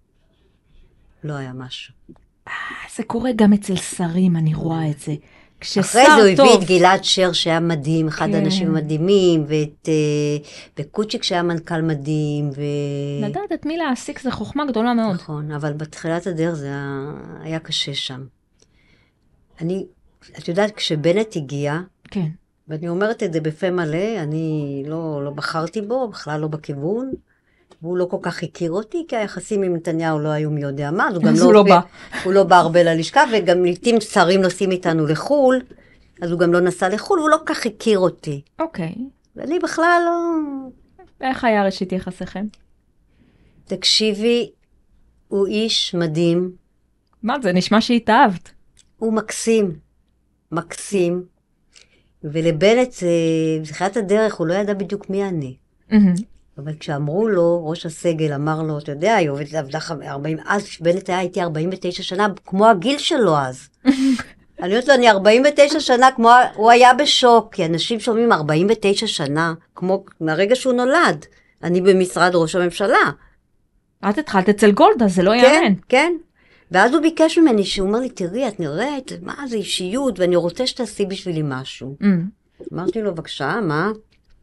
לא היה משהו. זה קורה גם אצל שרים, אני רואה את זה. כששר אחרי זה הוא הביא טוב, את גלעד שר שהיה מדהים, אחד כן. האנשים המדהימים, ואת אה, וקוצ'יק שהיה מנכ"ל מדהים, ו... לדעת את מי להעסיק זה חוכמה גדולה מאוד. נכון, אבל בתחילת הדרך זה היה, היה קשה שם. אני, את יודעת, כשבנט הגיע, כן. ואני אומרת את זה בפה מלא, אני לא, לא בחרתי בו, בכלל לא בכיוון, והוא לא כל כך הכיר אותי, כי היחסים עם נתניהו לא היו מי יודע מה, אז הוא גם אז לא, הוא לא הופיע- בא. הוא לא בא הרבה ללשכה, וגם לעתים שרים נוסעים איתנו לחול, אז הוא גם לא נסע לחול, הוא לא כל כך הכיר אותי. אוקיי. ואני בכלל לא... איך היה ראשית יחסיכם? תקשיבי, הוא איש מדהים, מה זה, נשמע שהתאהבת. הוא מקסים, מקסים, ולבנט, זה- בתחילת הדרך, הוא לא ידע בדיוק מי אני. מהמם. אבל כשאמרו לו, ראש הסגל אמר לו, אתה יודע, היא עובדת עבדה ארבעים, אז כשבנט היה איתי ארבעים ותשע שנה, כמו הגיל שלו אז. אני אומרת לו, אני ארבעים ותשע שנה, כמו, הוא היה בשוק, כי אנשים שומעים ארבעים ותשע שנה, כמו מהרגע שהוא נולד. אני במשרד ראש הממשלה. את התחלת אצל גולדה, זה לא כן, יאמן. כן. ואז הוא ביקש ממני, שהוא אומר לי, תראי, את נראית, מה זה אישיות, ואני רוצה שתעשי בשבילי משהו. מהמם. אמרתי לו, בבקשה, מה?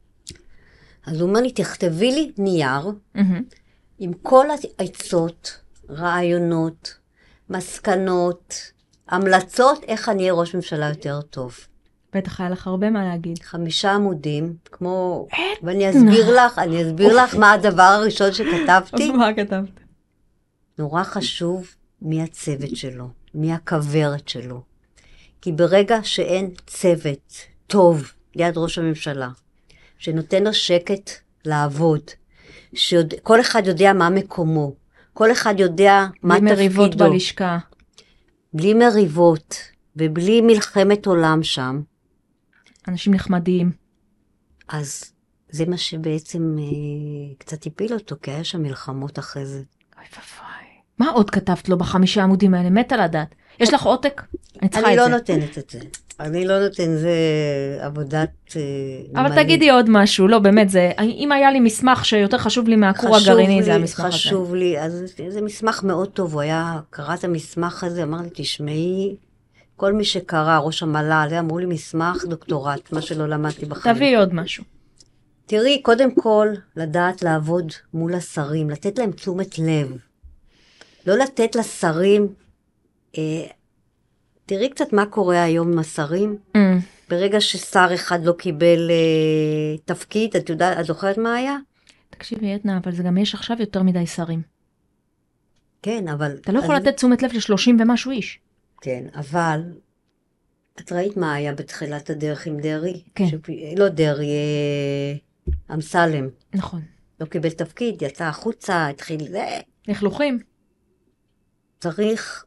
אז הוא אומר לי, תכתבי לי נייר, מהמם. עם כל העצות, רעיונות, מסקנות, המלצות, איך אני אהיה ראש ממשלה יותר טוב. בטח היה לך הרבה מה להגיד. חמישה עמודים, כמו... עדנה. ואני אסביר לך, אני אסביר לך מה הדבר הראשון שכתבתי. מה כתבת? נורא חשוב מי הצוות שלו, מי הכוורת שלו. כי ברגע שאין צוות טוב ליד ראש הממשלה, שנותן לו שקט לעבוד, שכל אחד יודע מה מקומו, כל אחד יודע מה בלי מריבות תפקידו, בלשכה. בלי מריבות ובלי מלחמת עולם שם, אנשים נחמדים. אז זה מה שבעצם אה, קצת הפיל אותו, כי היה שם מלחמות אחרי זה. אוי ואבוי. מה עוד כתבת לו בחמישה עמודים האלה? מתה לדעת. יש לך עותק? אני צריכה אני את לא זה. נותנת את זה. אני לא נותן, זה עבודת אה, אבל נמלים. תגידי עוד משהו, לא באמת, זה, אם היה לי מסמך שיותר חשוב לי מהכור חשוב הגרעיני, לי, זה המסמך הזה. חשוב לי, אז זה מסמך מאוד טוב, הוא היה, קרא את המסמך הזה, אמר לי, תשמעי, כל מי שקרא, ראש המל"ל, זה אמרו לי מסמך דוקטורט, מה שלא למדתי בחיים. תביאי עוד משהו. תראי, קודם כל, לדעת לעבוד מול השרים, לתת להם תשומת לב. לא לתת לשרים, אה, תראי קצת מה קורה היום עם השרים. Mm. ברגע ששר אחד לא קיבל אה, תפקיד, את יודעת, את זוכרת מה היה? תקשיבי, עדנה, אבל זה גם יש עכשיו יותר מדי שרים. כן, אבל... אתה לא יכול אז... לתת תשומת לב לשלושים ומשהו איש. כן, אבל... את ראית מה היה בתחילת הדרך עם דרי? כן. ש... לא דרי, אה, אמסלם. נכון. לא קיבל תפקיד, יצא החוצה, התחיל זה. לכלוכים. צריך...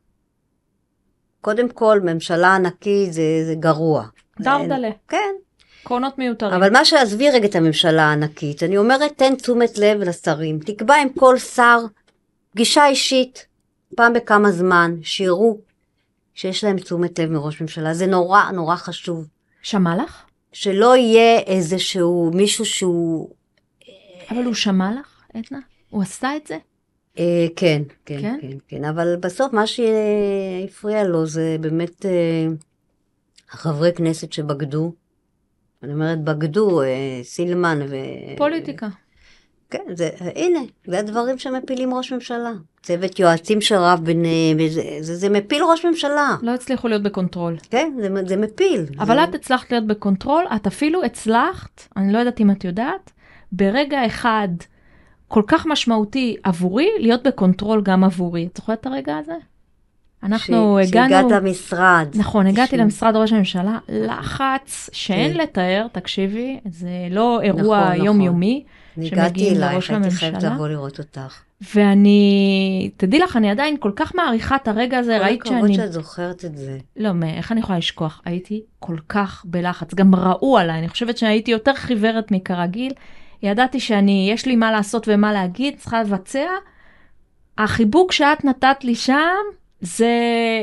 קודם כל, ממשלה ענקית זה, זה גרוע. דרדלה. זה... כן. קרונות מיותרים. אבל מה שעזבי רגע את הממשלה הענקית, אני אומרת, תן תשומת לב לשרים. תקבע עם כל שר פגישה אישית, פעם בכמה זמן, שיראו שיש להם תשומת לב מראש ממשלה. זה נורא נורא חשוב. שמע לך? שלא יהיה איזשהו מישהו שהוא... אבל הוא שמע לך, עדנה? הוא עשה את זה? אה, כן, כן, כן? כן, כן. אבל בסוף מה שהפריע לו זה באמת אה, החברי כנסת שבגדו. אני אומרת, בגדו, אה, סילמן ו... פוליטיקה. כן, זה, הנה, זה הדברים שמפילים ראש ממשלה. צוות יועצים שרב ביניהם, זה, זה, זה מפיל ראש ממשלה. לא הצליחו להיות בקונטרול. כן, זה, זה מפיל. אבל זה... את הצלחת להיות בקונטרול, את אפילו הצלחת, אני לא יודעת אם את יודעת, ברגע אחד כל כך משמעותי עבורי, להיות בקונטרול גם עבורי. את זוכרת את הרגע הזה? אנחנו ש... הגענו... שהגעת למשרד. נכון, הגעתי ש... למשרד ראש הממשלה, לחץ שאין כן. לתאר, תקשיבי, זה לא אירוע נכון, נכון. יומיומי. הגעתי אלייך, הייתי לממשלה. חייבת לבוא לראות אותך. ואני, תדעי לך, אני עדיין כל כך מעריכה את הרגע הזה, ראית שאני... כל הכבוד שאת זוכרת את זה. לא, איך אני יכולה לשכוח? הייתי כל כך בלחץ, גם ראו עליי, אני חושבת שהייתי יותר חיוורת מכרגיל, ידעתי שאני, יש לי מה לעשות ומה להגיד, צריכה לבצע. החיבוק שאת נתת לי שם, זה...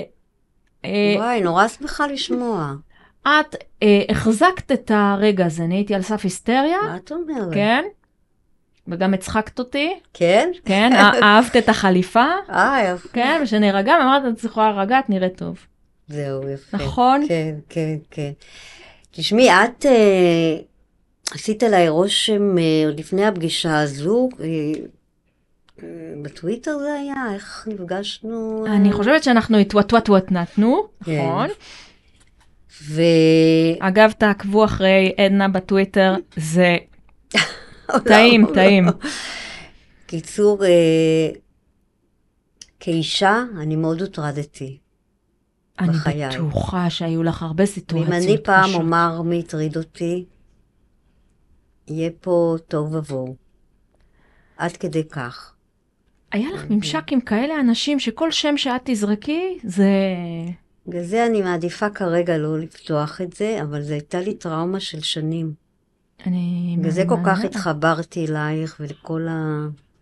וואי, נורא שמחה לשמוע. את אה, החזקת את הרגע הזה, אני הייתי על סף היסטריה. מה את אומרת? כן. וגם הצחקת אותי. כן? כן, אהבת את החליפה. אה, יפה. כן, ושנרגע, אמרת, את יכולה להירגע, את נראית טוב. זהו, יפה. נכון? כן, כן, כן. תשמעי, את אה, עשית עליי רושם אה, עוד לפני הפגישה הזו, אה, אה, בטוויטר זה היה, איך נפגשנו? אני חושבת שאנחנו התוואטוואטוואט נתנו, כן. נכון? ו... אגב, תעקבו אחרי עדנה בטוויטר, זה טעים, טעים. קיצור, אה, כאישה, אני מאוד הוטרדתי. אני בחיי. בטוחה שהיו לך הרבה סיטואציות ואם קשות. אני פעם אומר מי הטריד אותי, יהיה פה טוב ובואו. עד כדי כך. היה לך ממשק עם כאלה אנשים שכל שם שאת תזרקי, זה... בגלל זה אני מעדיפה כרגע לא לפתוח את זה, אבל זה הייתה לי טראומה של שנים. אני... בגלל זה כל כך מעניינת. התחברתי אלייך ולכל ה...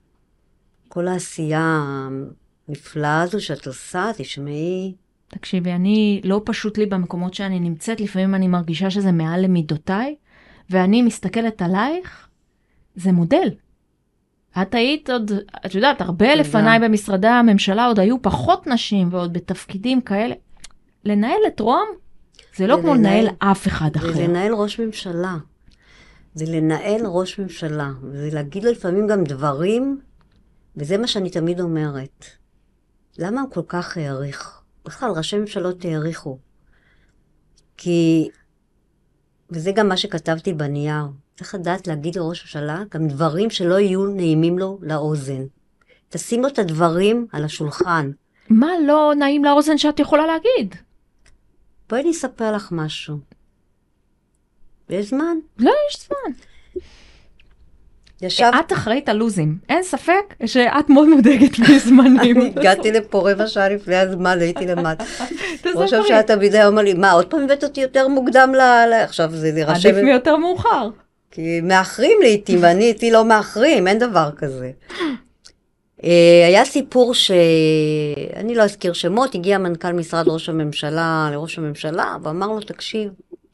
כל העשייה הנפלאה הזו שאת עושה, תשמעי. תקשיבי, אני לא פשוט לי במקומות שאני נמצאת, לפעמים אני מרגישה שזה מעל למידותיי, ואני מסתכלת עלייך, זה מודל. את היית עוד, את יודעת, הרבה תודה. לפניי במשרדי הממשלה, עוד היו פחות נשים, ועוד בתפקידים כאלה. לנהל את רום, זה לא זה כמו לנהל- לנהל אף אחד אחר. זה לנהל ראש ממשלה. זה לנהל ראש ממשלה. זה להגיד לו לפעמים גם דברים, וזה מה שאני תמיד אומרת. למה הוא כל כך העריך? בכלל, ראשי ממשלות העריכו. כי, וזה גם מה שכתבתי בנייר, צריך לדעת להגיד לראש ממשלה גם דברים שלא יהיו נעימים לו לאוזן. תשים לו את הדברים על השולחן. מה לא נעים לאוזן שאת יכולה להגיד? בואי אני אספר לך משהו. יש זמן? לא, יש זמן. ישב... את אחראית על לוזים. אין ספק שאת מאוד מודאגת מזמנים. אני הגעתי לפה רבע שעה לפני הזמן, הייתי למטה. ראש תספרי. הממשלה תמיד היה אומר לי, מה, עוד פעם הבאת אותי יותר מוקדם ל... ל- עכשיו זה להירשם... עדיף מיותר מאוחר. כי מאחרים לעתים, ואני איתי לא מאחרים, אין דבר כזה. אה, היה סיפור ש... אני לא אזכיר שמות, הגיע מנכ"ל משרד ראש הממשלה לראש הממשלה, ואמר לו, תקשיב,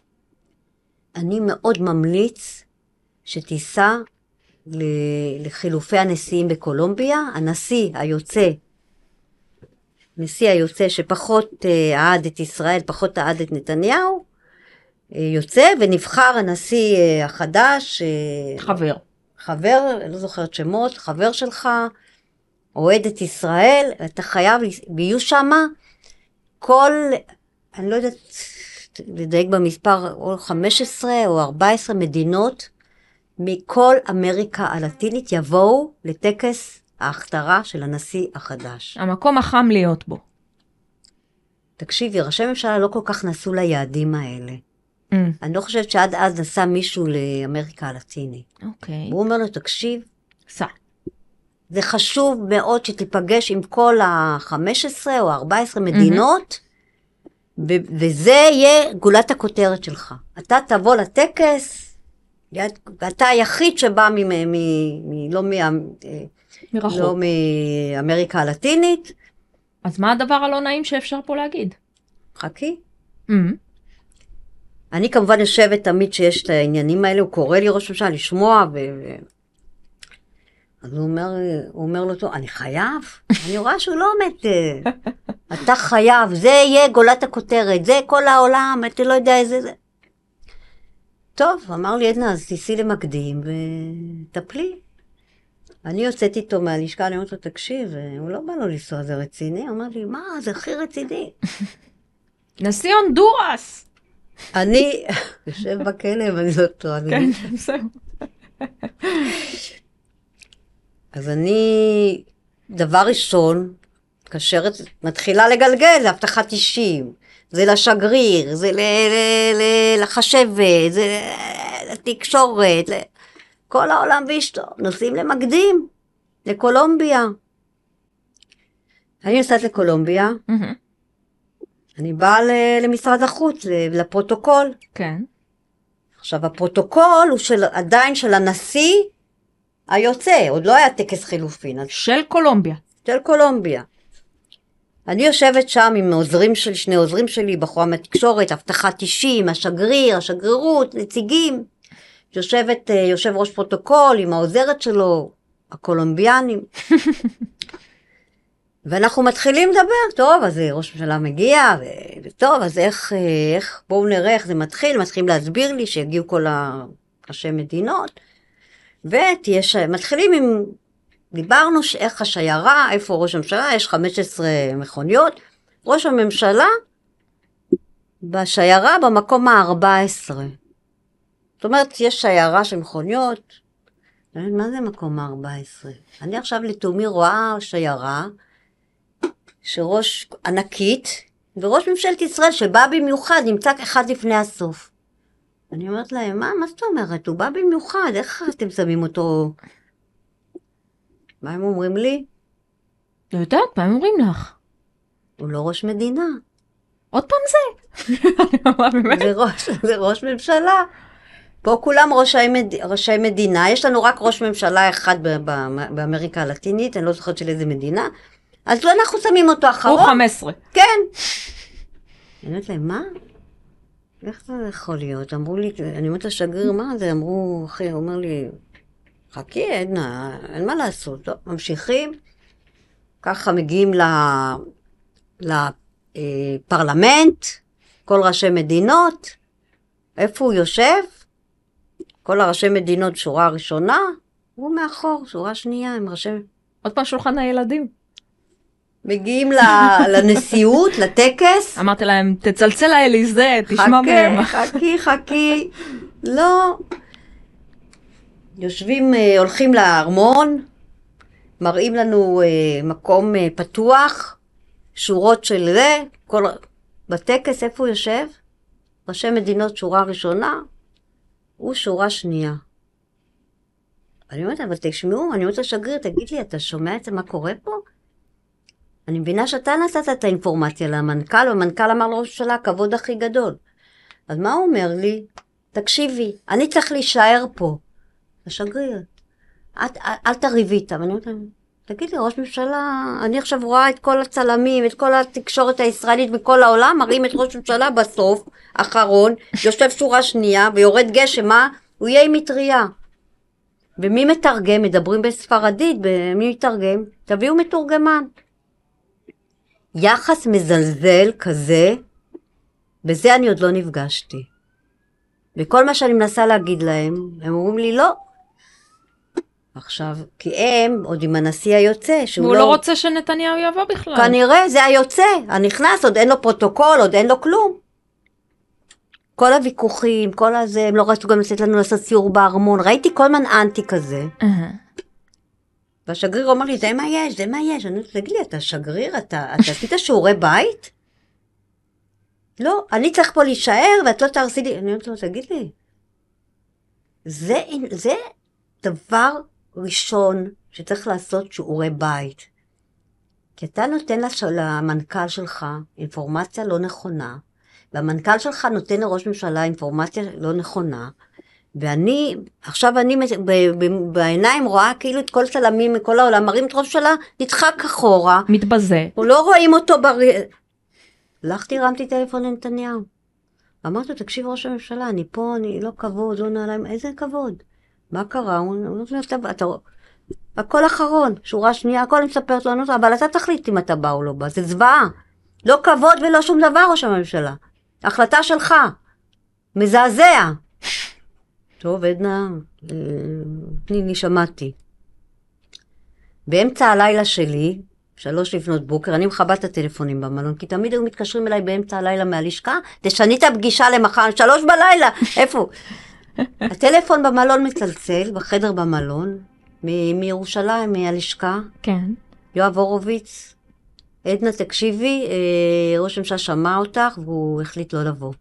אני מאוד ממליץ שתיסע ל- לחילופי הנשיאים בקולומביה, הנשיא היוצא הנשיא היוצא שפחות אה, אהד את ישראל, פחות אהד את נתניהו, אה, יוצא ונבחר הנשיא אה, החדש. אה, חבר. חבר, לא זוכרת שמות, חבר שלך, אוהד את ישראל, אתה חייב, ויהיו שמה כל, אני לא יודעת לדייק במספר, או חמש עשרה או ארבע עשרה מדינות, מכל אמריקה הלטינית יבואו לטקס ההכתרה של הנשיא החדש. המקום החם להיות בו. תקשיבי, ראשי ממשלה לא כל כך נסו ליעדים האלה. Mm. אני לא חושבת שעד אז נסע מישהו לאמריקה הלטינית. אוקיי. הוא אומר לו, תקשיב, סע. זה חשוב מאוד שתיפגש עם כל ה-חמש עשרה או ארבע עשרה מדינות, ו- וזה יהיה גולת הכותרת שלך. אתה תבוא לטקס, אתה היחיד שבא מ- מ- מ- לא, מ- מרחוק. לא מאמריקה הלטינית. אז מה הדבר הלא נעים שאפשר פה להגיד? חכי. Mm. אני כמובן יושבת תמיד שיש את העניינים האלה, הוא קורא לי ראש ממשלה לשמוע, ו... אז הוא אומר, הוא אומר לו, טוב, אני חייב? אני רואה שהוא לא עומד, אתה חייב, זה יהיה גולת הכותרת, זה כל העולם, אתה לא יודע איזה זה. טוב, אמר לי עדנה, אז תיסי למקדים וטפלי. אני יוצאת איתו מהלשכה, אני אומרת לו, תקשיב, הוא לא בא לו לנסוע, זה רציני? הוא אומר לי, מה, זה הכי רציני. נשיא הונדורס. אני יושב בכלא, ואני לא טועה. כן, זהו. אז אני, דבר ראשון, קשרת, מתחילה לגלגל, זה הבטחת אישים, זה לשגריר, זה ל- ל- ל- לחשבת, זה לתקשורת, כל העולם ואשתו, נוסעים למקדים, לקולומביה. אני נוסעת לקולומביה, אני באה ל- למשרד החוץ, ל- לפרוטוקול. כן. עכשיו, הפרוטוקול הוא של, עדיין של הנשיא היוצא, עוד לא היה טקס חילופין. אז של קולומביה. של קולומביה. אני יושבת שם עם עוזרים של, שני עוזרים שלי, בחורה מהתקשורת, הבטחת אישים, השגריר, השגרירות, נציגים. יושבת, יושב ראש פרוטוקול עם העוזרת שלו, הקולומביאנים. ואנחנו מתחילים לדבר, טוב, אז ראש ממשלה מגיע, וטוב, אז איך, איך, בואו נראה איך זה מתחיל, מתחילים להסביר לי שיגיעו כל ראשי מדינות, ותהיה, מתחילים עם, דיברנו איך השיירה, איפה ראש הממשלה, יש חמש עשרה מכוניות, ראש הממשלה בשיירה במקום ה-ארבע עשרה. זאת אומרת, יש שיירה של מכוניות, מה זה מקום ה-ארבע עשרה? אני עכשיו לתומי רואה שיירה, שראש ענקית, וראש ממשלת ישראל שבא במיוחד, נמצא אחד לפני הסוף. אני אומרת להם, מה, מה זאת אומרת? הוא בא במיוחד, איך אתם שמים אותו? מה הם אומרים לי? לא יודעת, מה הם אומרים לך? הוא לא ראש מדינה. עוד פעם זה? זה ראש, זה ראש ממשלה. פה כולם ראשי, מד... ראשי מדינה, יש לנו רק ראש ממשלה אחד ב- ב- באמריקה הלטינית, אני לא זוכרת של איזה מדינה, אז לא אנחנו שמים אותו אחרון. הוא חמש עשרה. כן. אני אומרת להם, מה? איך זה יכול להיות? אמרו לי, אני אומרת לשגריר, מה זה? אמרו, אחי, הוא אומר לי, חכי, עדנה, אין מה לעשות. טוב, ממשיכים, ככה מגיעים לפרלמנט, כל ראשי מדינות, איפה הוא יושב? כל הראשי מדינות שורה ראשונה, הוא מאחור, שורה שנייה, עם ראשי... עוד פעם שולחן הילדים. מגיעים לנשיאות, לטקס. אמרתי להם, תצלצל לאליזה, תשמע מהם. חכי, חכי, חכי. לא. יושבים, הולכים לארמון, מראים לנו מקום פתוח, שורות של זה, כל... בטקס איפה הוא יושב? ראשי מדינות שורה ראשונה, הוא שורה שנייה. אני אומרת, אבל תשמעו, אני אומרת לשגריר, תגיד לי, אתה שומע את זה, מה קורה פה? אני מבינה שאתה נתת את האינפורמציה למנכ"ל, והמנכ"ל אמר לראש הממשלה, הכבוד הכי גדול. אז מה הוא אומר לי? תקשיבי, אני צריך להישאר פה. השגריר, אל, אל, אל תריבי איתה. ואני אומרת, תגיד לי, ראש ממשלה, אני עכשיו רואה את כל הצלמים, את כל התקשורת הישראלית מכל העולם, מראים את ראש ממשלה בסוף, אחרון, יושב שורה שנייה, ויורד גשם, מה? הוא יהיה עם מטריה. ומי מתרגם? מדברים בספרדית, מי מתרגם? תביאו מתורגמן. יחס מזלזל כזה, בזה אני עוד לא נפגשתי. וכל מה שאני מנסה להגיד להם, הם אומרים לי לא. עכשיו, כי הם עוד עם הנשיא היוצא, שהוא והוא לא... לא רוצה שנתניהו יבוא בכלל. כנראה זה היוצא, הנכנס, עוד אין לו פרוטוקול, עוד אין לו כלום. כל הוויכוחים, כל הזה, הם לא רצו גם לצאת לנו לעשות סיור בארמון, ראיתי כל מן אנטי כזה. והשגריר אומר לי, זה מה יש, זה מה יש. אני אומרת, תגיד לי, אתה שגריר, אתה, אתה עשית שיעורי בית? לא, אני צריך פה להישאר, ואת לא תרסי לי. אני אומרת לו, תגיד לי, זה, זה דבר ראשון שצריך לעשות שיעורי בית. כי אתה נותן לש... למנכ"ל שלך אינפורמציה לא נכונה, והמנכ"ל שלך נותן לראש ממשלה אינפורמציה לא נכונה, ואני, עכשיו אני ב, ב, בעיניים רואה כאילו את כל צלמים מכל העולם, מראים את ראש ממשלה, נדחק אחורה. מתבזה. לא רואים אותו בר... הלכתי, הרמתי טלפון לנתניהו. אמרתי לו, תקשיב ראש הממשלה, אני פה, אני לא כבוד, לא נעליים, איזה כבוד? מה קרה? הוא אומר, אתה, אתה, הכל אחרון, שורה שנייה, הכל אני מספרת לו, אבל אתה תחליט אם אתה בא או לא בא, זה זוועה. לא כבוד ולא שום דבר ראש הממשלה. החלטה שלך. מזעזע. טוב, עדנה, תני לי, שמעתי. באמצע הלילה שלי, שלוש לפנות בוקר, אני מחבאת את הטלפונים במלון, כי תמיד היו מתקשרים אליי באמצע הלילה מהלשכה, תשני את הפגישה למחר, שלוש בלילה, איפה? הטלפון במלון מצלצל, בחדר במלון, מ- מירושלים, מהלשכה. כן. יואב הורוביץ, עדנה תקשיבי, אה, ראש הממשלה שמע אותך, והוא החליט לא לבוא.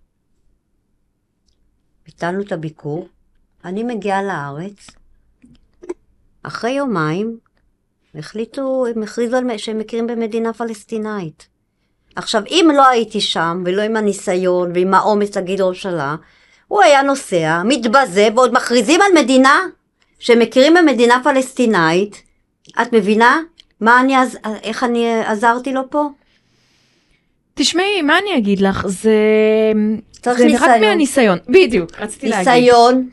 ביטלנו את הביקור, אני מגיעה לארץ, אחרי יומיים, החליטו, הם הכריזו על שהם מכירים במדינה פלסטינאית. עכשיו, אם לא הייתי שם, ולא עם הניסיון, ועם האומץ להגיד ראש הממשלה, הוא היה נוסע, מתבזה, ועוד מכריזים על מדינה, שמכירים במדינה פלסטינאית. את מבינה? מה אני, איך אני עזרתי לו פה? תשמעי, מה אני אגיד לך? זה, צריך זה ניסיון. רק מהניסיון. בדיוק, רציתי להגיד. ניסיון,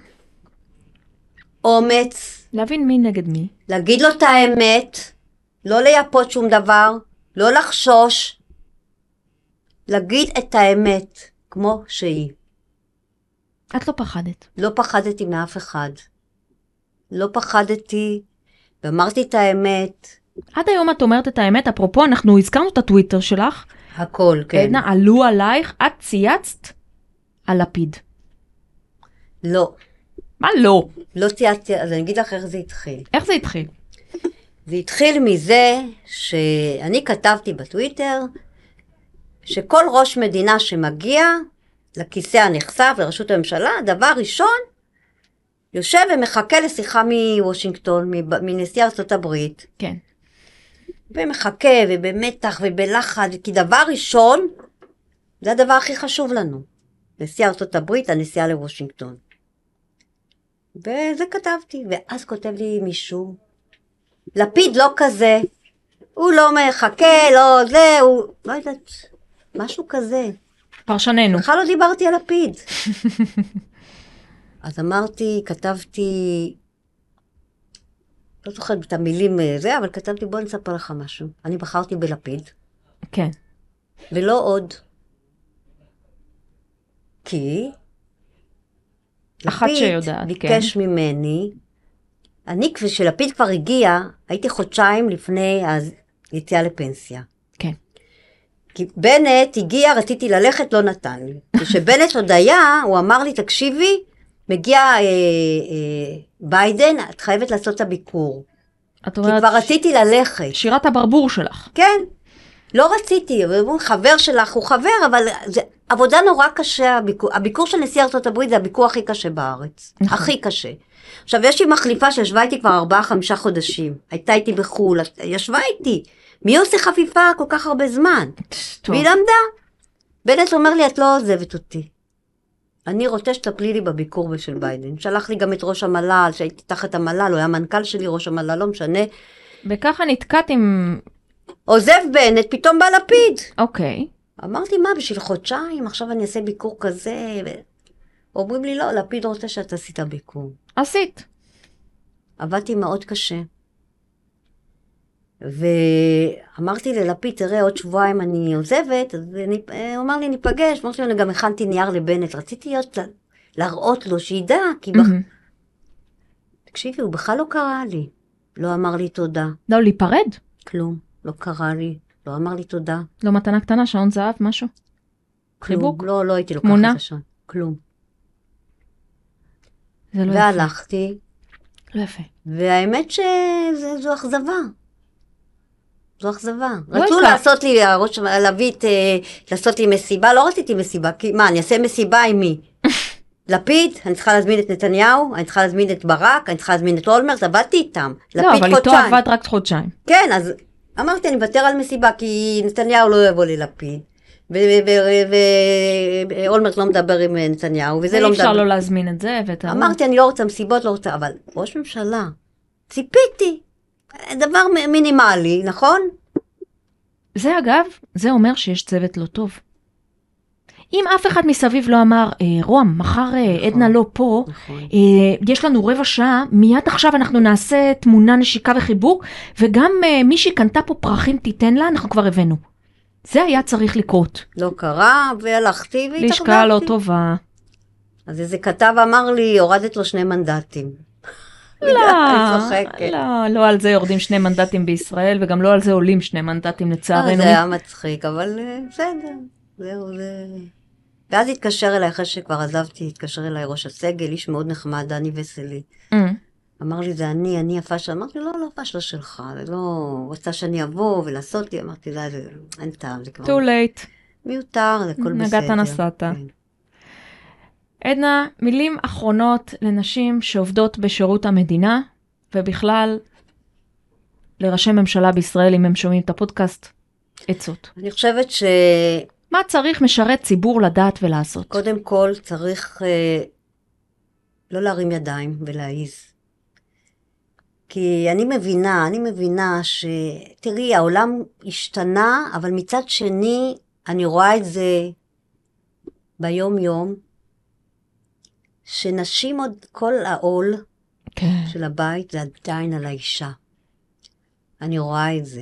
אומץ, להבין מי נגד מי. להגיד לו את האמת, לא לייפות שום דבר, לא לחשוש, להגיד את האמת כמו שהיא. את לא פחדת. לא פחדתי מאף אחד. לא פחדתי, ואמרתי את האמת. עד היום את אומרת את האמת, אפרופו, אנחנו הזכרנו את הטוויטר שלך. הכל, כן. עדנה, עלו עלייך, את צייצת על לפיד. לא. מה לא? לא צייצתי, אז אני אגיד לך איך זה התחיל. איך זה התחיל? זה התחיל מזה שאני כתבתי בטוויטר, שכל ראש מדינה שמגיע לכיסא הנחשף לראשות הממשלה, דבר ראשון, יושב ומחכה לשיחה מוושינגטון, מנשיא ארצות הברית. כן. ומחכה ובמתח ובלחץ, כי דבר ראשון, זה הדבר הכי חשוב לנו. נשיא ארצות הברית, הנסיעה לוושינגטון. וזה כתבתי, ואז כותב לי מישהו, לפיד לא כזה, הוא לא מחכה, לא זה, הוא, לא יודעת, משהו כזה. פרשננו. בכלל לא דיברתי על לפיד. אז אמרתי, כתבתי, לא זוכרת את המילים זה, אבל כתבתי, בוא נספר לך משהו. אני בחרתי בלפיד. כן. ולא עוד. כי אחת שיודעת, לפיד ביקש כן. ממני, אני כשלפיד כבר הגיע, הייתי חודשיים לפני היציאה לפנסיה. כן. כי בנט הגיע, רציתי ללכת, לא נתן לי. כשבנט עוד היה, הוא אמר לי, תקשיבי, מגיע אה, אה, ביידן, את חייבת לעשות את הביקור. את אומרת, כי כבר רציתי ללכת. שירת הברבור שלך. כן, לא רציתי, הוא חבר שלך, הוא חבר, אבל זה עבודה נורא קשה, הביקור, הביקור של נשיא ארצות הברית זה הביקור הכי קשה בארץ, נכון. הכי קשה. עכשיו, יש לי מחליפה שישבה איתי כבר ארבעה, חמישה חודשים, הייתה איתי בחול, ישבה איתי, מי עושה חפיפה כל כך הרבה זמן? טוב. והיא למדה. בנט אומר לי, את לא עוזבת אותי. אני רוצה שתפלי לי בביקור של ביידן. שלח לי גם את ראש המל"ל, שהייתי תחת המל"ל, הוא היה מנכ"ל שלי, ראש המל"ל, לא משנה. וככה נתקעת עם... עוזב בנט, פתאום בא לפיד. אוקיי. אמרתי, מה, בשביל חודשיים, עכשיו אני אעשה ביקור כזה, ו... אומרים לי, לא, לפיד רוצה שאת עשית ביקור. עשית. עבדתי מאוד קשה. ואמרתי ללפיד, תראה, עוד שבועיים אני עוזבת, אז אני, הוא אמר לי, ניפגש, אמרתי לו, אני גם הכנתי נייר לבנט, רציתי להיות, להראות לו שידע, כי בח... תקשיבי, הוא בכלל לא קרא לי, לא אמר לי תודה. לא, להיפרד? כלום, לא קרא לי, לא אמר לי תודה. לא מתנה קטנה, שעון זהב, משהו? כלום, חיבוק? לא, לא הייתי לוקחת תמונה? את השעון, כלום. זה לא והלכתי, לא יפה. והאמת שזו אכזבה. זו אכזבה. לא רצו יקר. לעשות לי, הראש, להביא את, אה, לעשות לי מסיבה, לא רציתי מסיבה, כי מה, אני אעשה מסיבה עם מי? לפיד, אני צריכה להזמין את נתניהו, אני צריכה להזמין את ברק, אני צריכה להזמין את אולמרט, עבדתי איתם. לא, לפיד אבל איתו חודשיים. עבד רק חודשיים. כן, אז אמרתי, אני מוותר על מסיבה, כי נתניהו לא יבוא לי לפיד. ואולמרט לא מדבר עם נתניהו, וזה לא אי מדבר. אפשר לא להזמין את זה, ואת ה... אמרתי, אני לא רוצה מסיבות, לא רוצה, אבל ראש ממשלה, ציפיתי, דבר מינימלי, נכון? זה אגב, זה אומר שיש צוות לא טוב. אם אף אחד מסביב לא אמר, אה, רועם, מחר אה, עדנה לא פה, נכון. אה, יש לנו רבע שעה, מיד עכשיו אנחנו נעשה תמונה נשיקה וחיבוק, וגם אה, מישהי קנתה פה פרחים תיתן לה, אנחנו כבר הבאנו. זה היה צריך לקרות. לא קרה, והלכתי והתאכזבתי. לשכה לא טובה. אז איזה כתב אמר לי, הורדת לו שני מנדטים. לא, אני צוחקת. לא, לא על זה יורדים שני מנדטים בישראל, וגם לא על זה עולים שני מנדטים לצערנו. זה היה מצחיק, אבל אה, בסדר, זהו, זה... ואז התקשר אליי, אחרי שכבר עזבתי, התקשר אליי ראש הסגל, איש מאוד נחמד, דני וסלי. Mm. אמר לי, זה אני, אני הפשלה. אמרתי, לא, לא הפשלה שלך, זה לא... רצה שאני אבוא ולעשות לי, אמרתי, לא, זה... אין טעם, זה כבר... too late. מיותר, זה הכל בסדר. נגעת נסעת. כן. עדנה, מילים אחרונות לנשים שעובדות בשירות המדינה, ובכלל לראשי ממשלה בישראל, אם הם שומעים את הפודקאסט, עצות. אני חושבת ש... מה צריך משרת ציבור לדעת ולעשות? קודם כל צריך אה, לא להרים ידיים ולהעיז. כי אני מבינה, אני מבינה ש... תראי, העולם השתנה, אבל מצד שני, אני רואה את זה ביום יום, שנשים עוד כל העול כן. של הבית, זה עדיין על האישה. אני רואה את זה.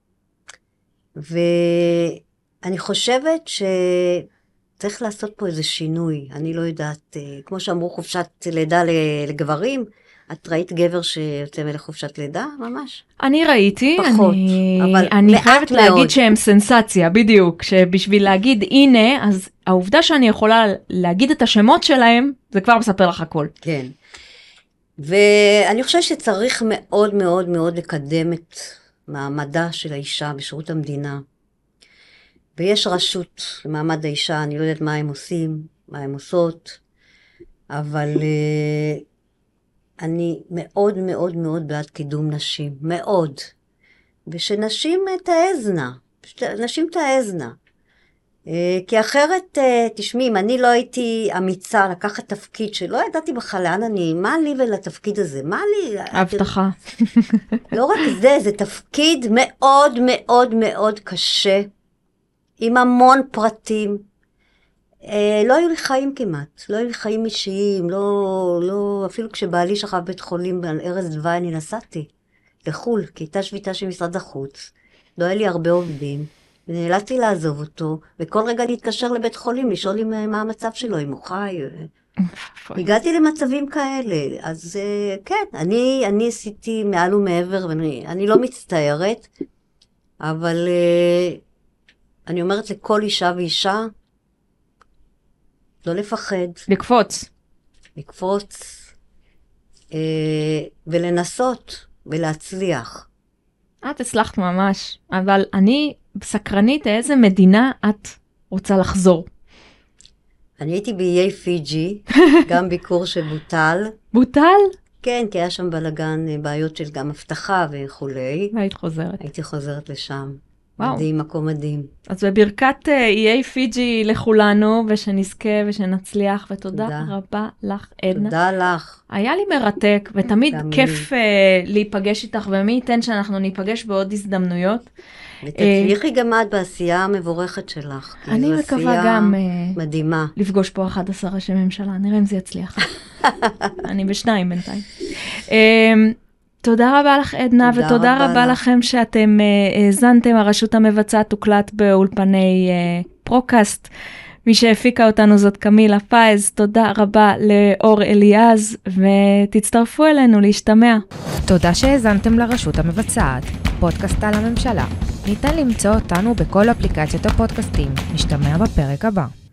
ואני חושבת שצריך לעשות פה איזה שינוי. אני לא יודעת, כמו שאמרו חופשת לידה לגברים, את ראית גבר שיוצא מלחופשת לידה? ממש. אני ראיתי, פחות, אני, אבל אני מעט חייבת מאוד. להגיד שהם סנסציה, בדיוק, שבשביל להגיד הנה, אז העובדה שאני יכולה להגיד את השמות שלהם, זה כבר מספר לך הכל. כן. ואני חושבת שצריך מאוד מאוד מאוד לקדם את מעמדה של האישה בשירות המדינה. ויש רשות למעמד האישה, אני לא יודעת מה הם עושים, מה הם עושות, אבל uh, אני מאוד מאוד מאוד בעד קידום נשים, מאוד. ושנשים תעזנה, נשים תעזנה. Uh, כי אחרת, uh, תשמעי, אם אני לא הייתי אמיצה לקחת תפקיד שלא ידעתי בכלל לאן אני, מה לי ולתפקיד הזה? מה לי? הבטחה. לא רק זה, זה תפקיד מאוד מאוד מאוד קשה, עם המון פרטים. אה, לא היו לי חיים כמעט, לא היו לי חיים אישיים, לא, לא, אפילו כשבעלי שכב בית חולים על ארז דווי, אני נסעתי לחול, כי הייתה שביתה של משרד החוץ, לא היה לי הרבה עובדים, ונאלצתי לעזוב אותו, וכל רגע להתקשר לבית חולים, לשאול אם, מה המצב שלו, אם הוא חי. הגעתי למצבים כאלה, אז כן, אני, אני עשיתי מעל ומעבר, ואני אני לא מצטערת, אבל אני אומרת לכל אישה ואישה, לא לפחד. לקפוץ. לקפוץ, אה, ולנסות, ולהצליח. את הצלחת ממש, אבל אני סקרנית איזה מדינה את רוצה לחזור. אני הייתי באיי פיג'י, גם ביקור שבוטל. בוטל? כן, כי היה שם בלגן, בעיות של גם הבטחה וכולי. והיית חוזרת. הייתי חוזרת לשם. וואו. מדהים, מקום מדהים. אז בברכת איי פיג'י לכולנו, ושנזכה ושנצליח, ותודה תודה. רבה לך, עדנה. תודה לך. היה לי מרתק, ותמיד גם כיף uh, להיפגש איתך, ומי ייתן שאנחנו ניפגש בעוד הזדמנויות. ותצליחי גם את בעשייה המבורכת שלך. כי אני זו מקווה עשייה גם uh, מדהימה. לפגוש פה אחד עשר ראשי ממשלה, נראה אם זה יצליח. אני בשניים בינתיים. Uh, תודה רבה לך עדנה, תודה ותודה רבה רבה לך. לכם שאתם האזנתם. הרשות המבצעת הוקלט באולפני אה, פרוקאסט. מי שהפיקה אותנו זאת קמילה פייז. תודה רבה לאור אליעז, ותצטרפו אלינו להשתמע. תודה שהאזנתם לרשות המבצעת, פודקאסט על הממשלה. ניתן למצוא אותנו בכל אפליקציות הפודקאסטים. נשתמע בפרק הבא.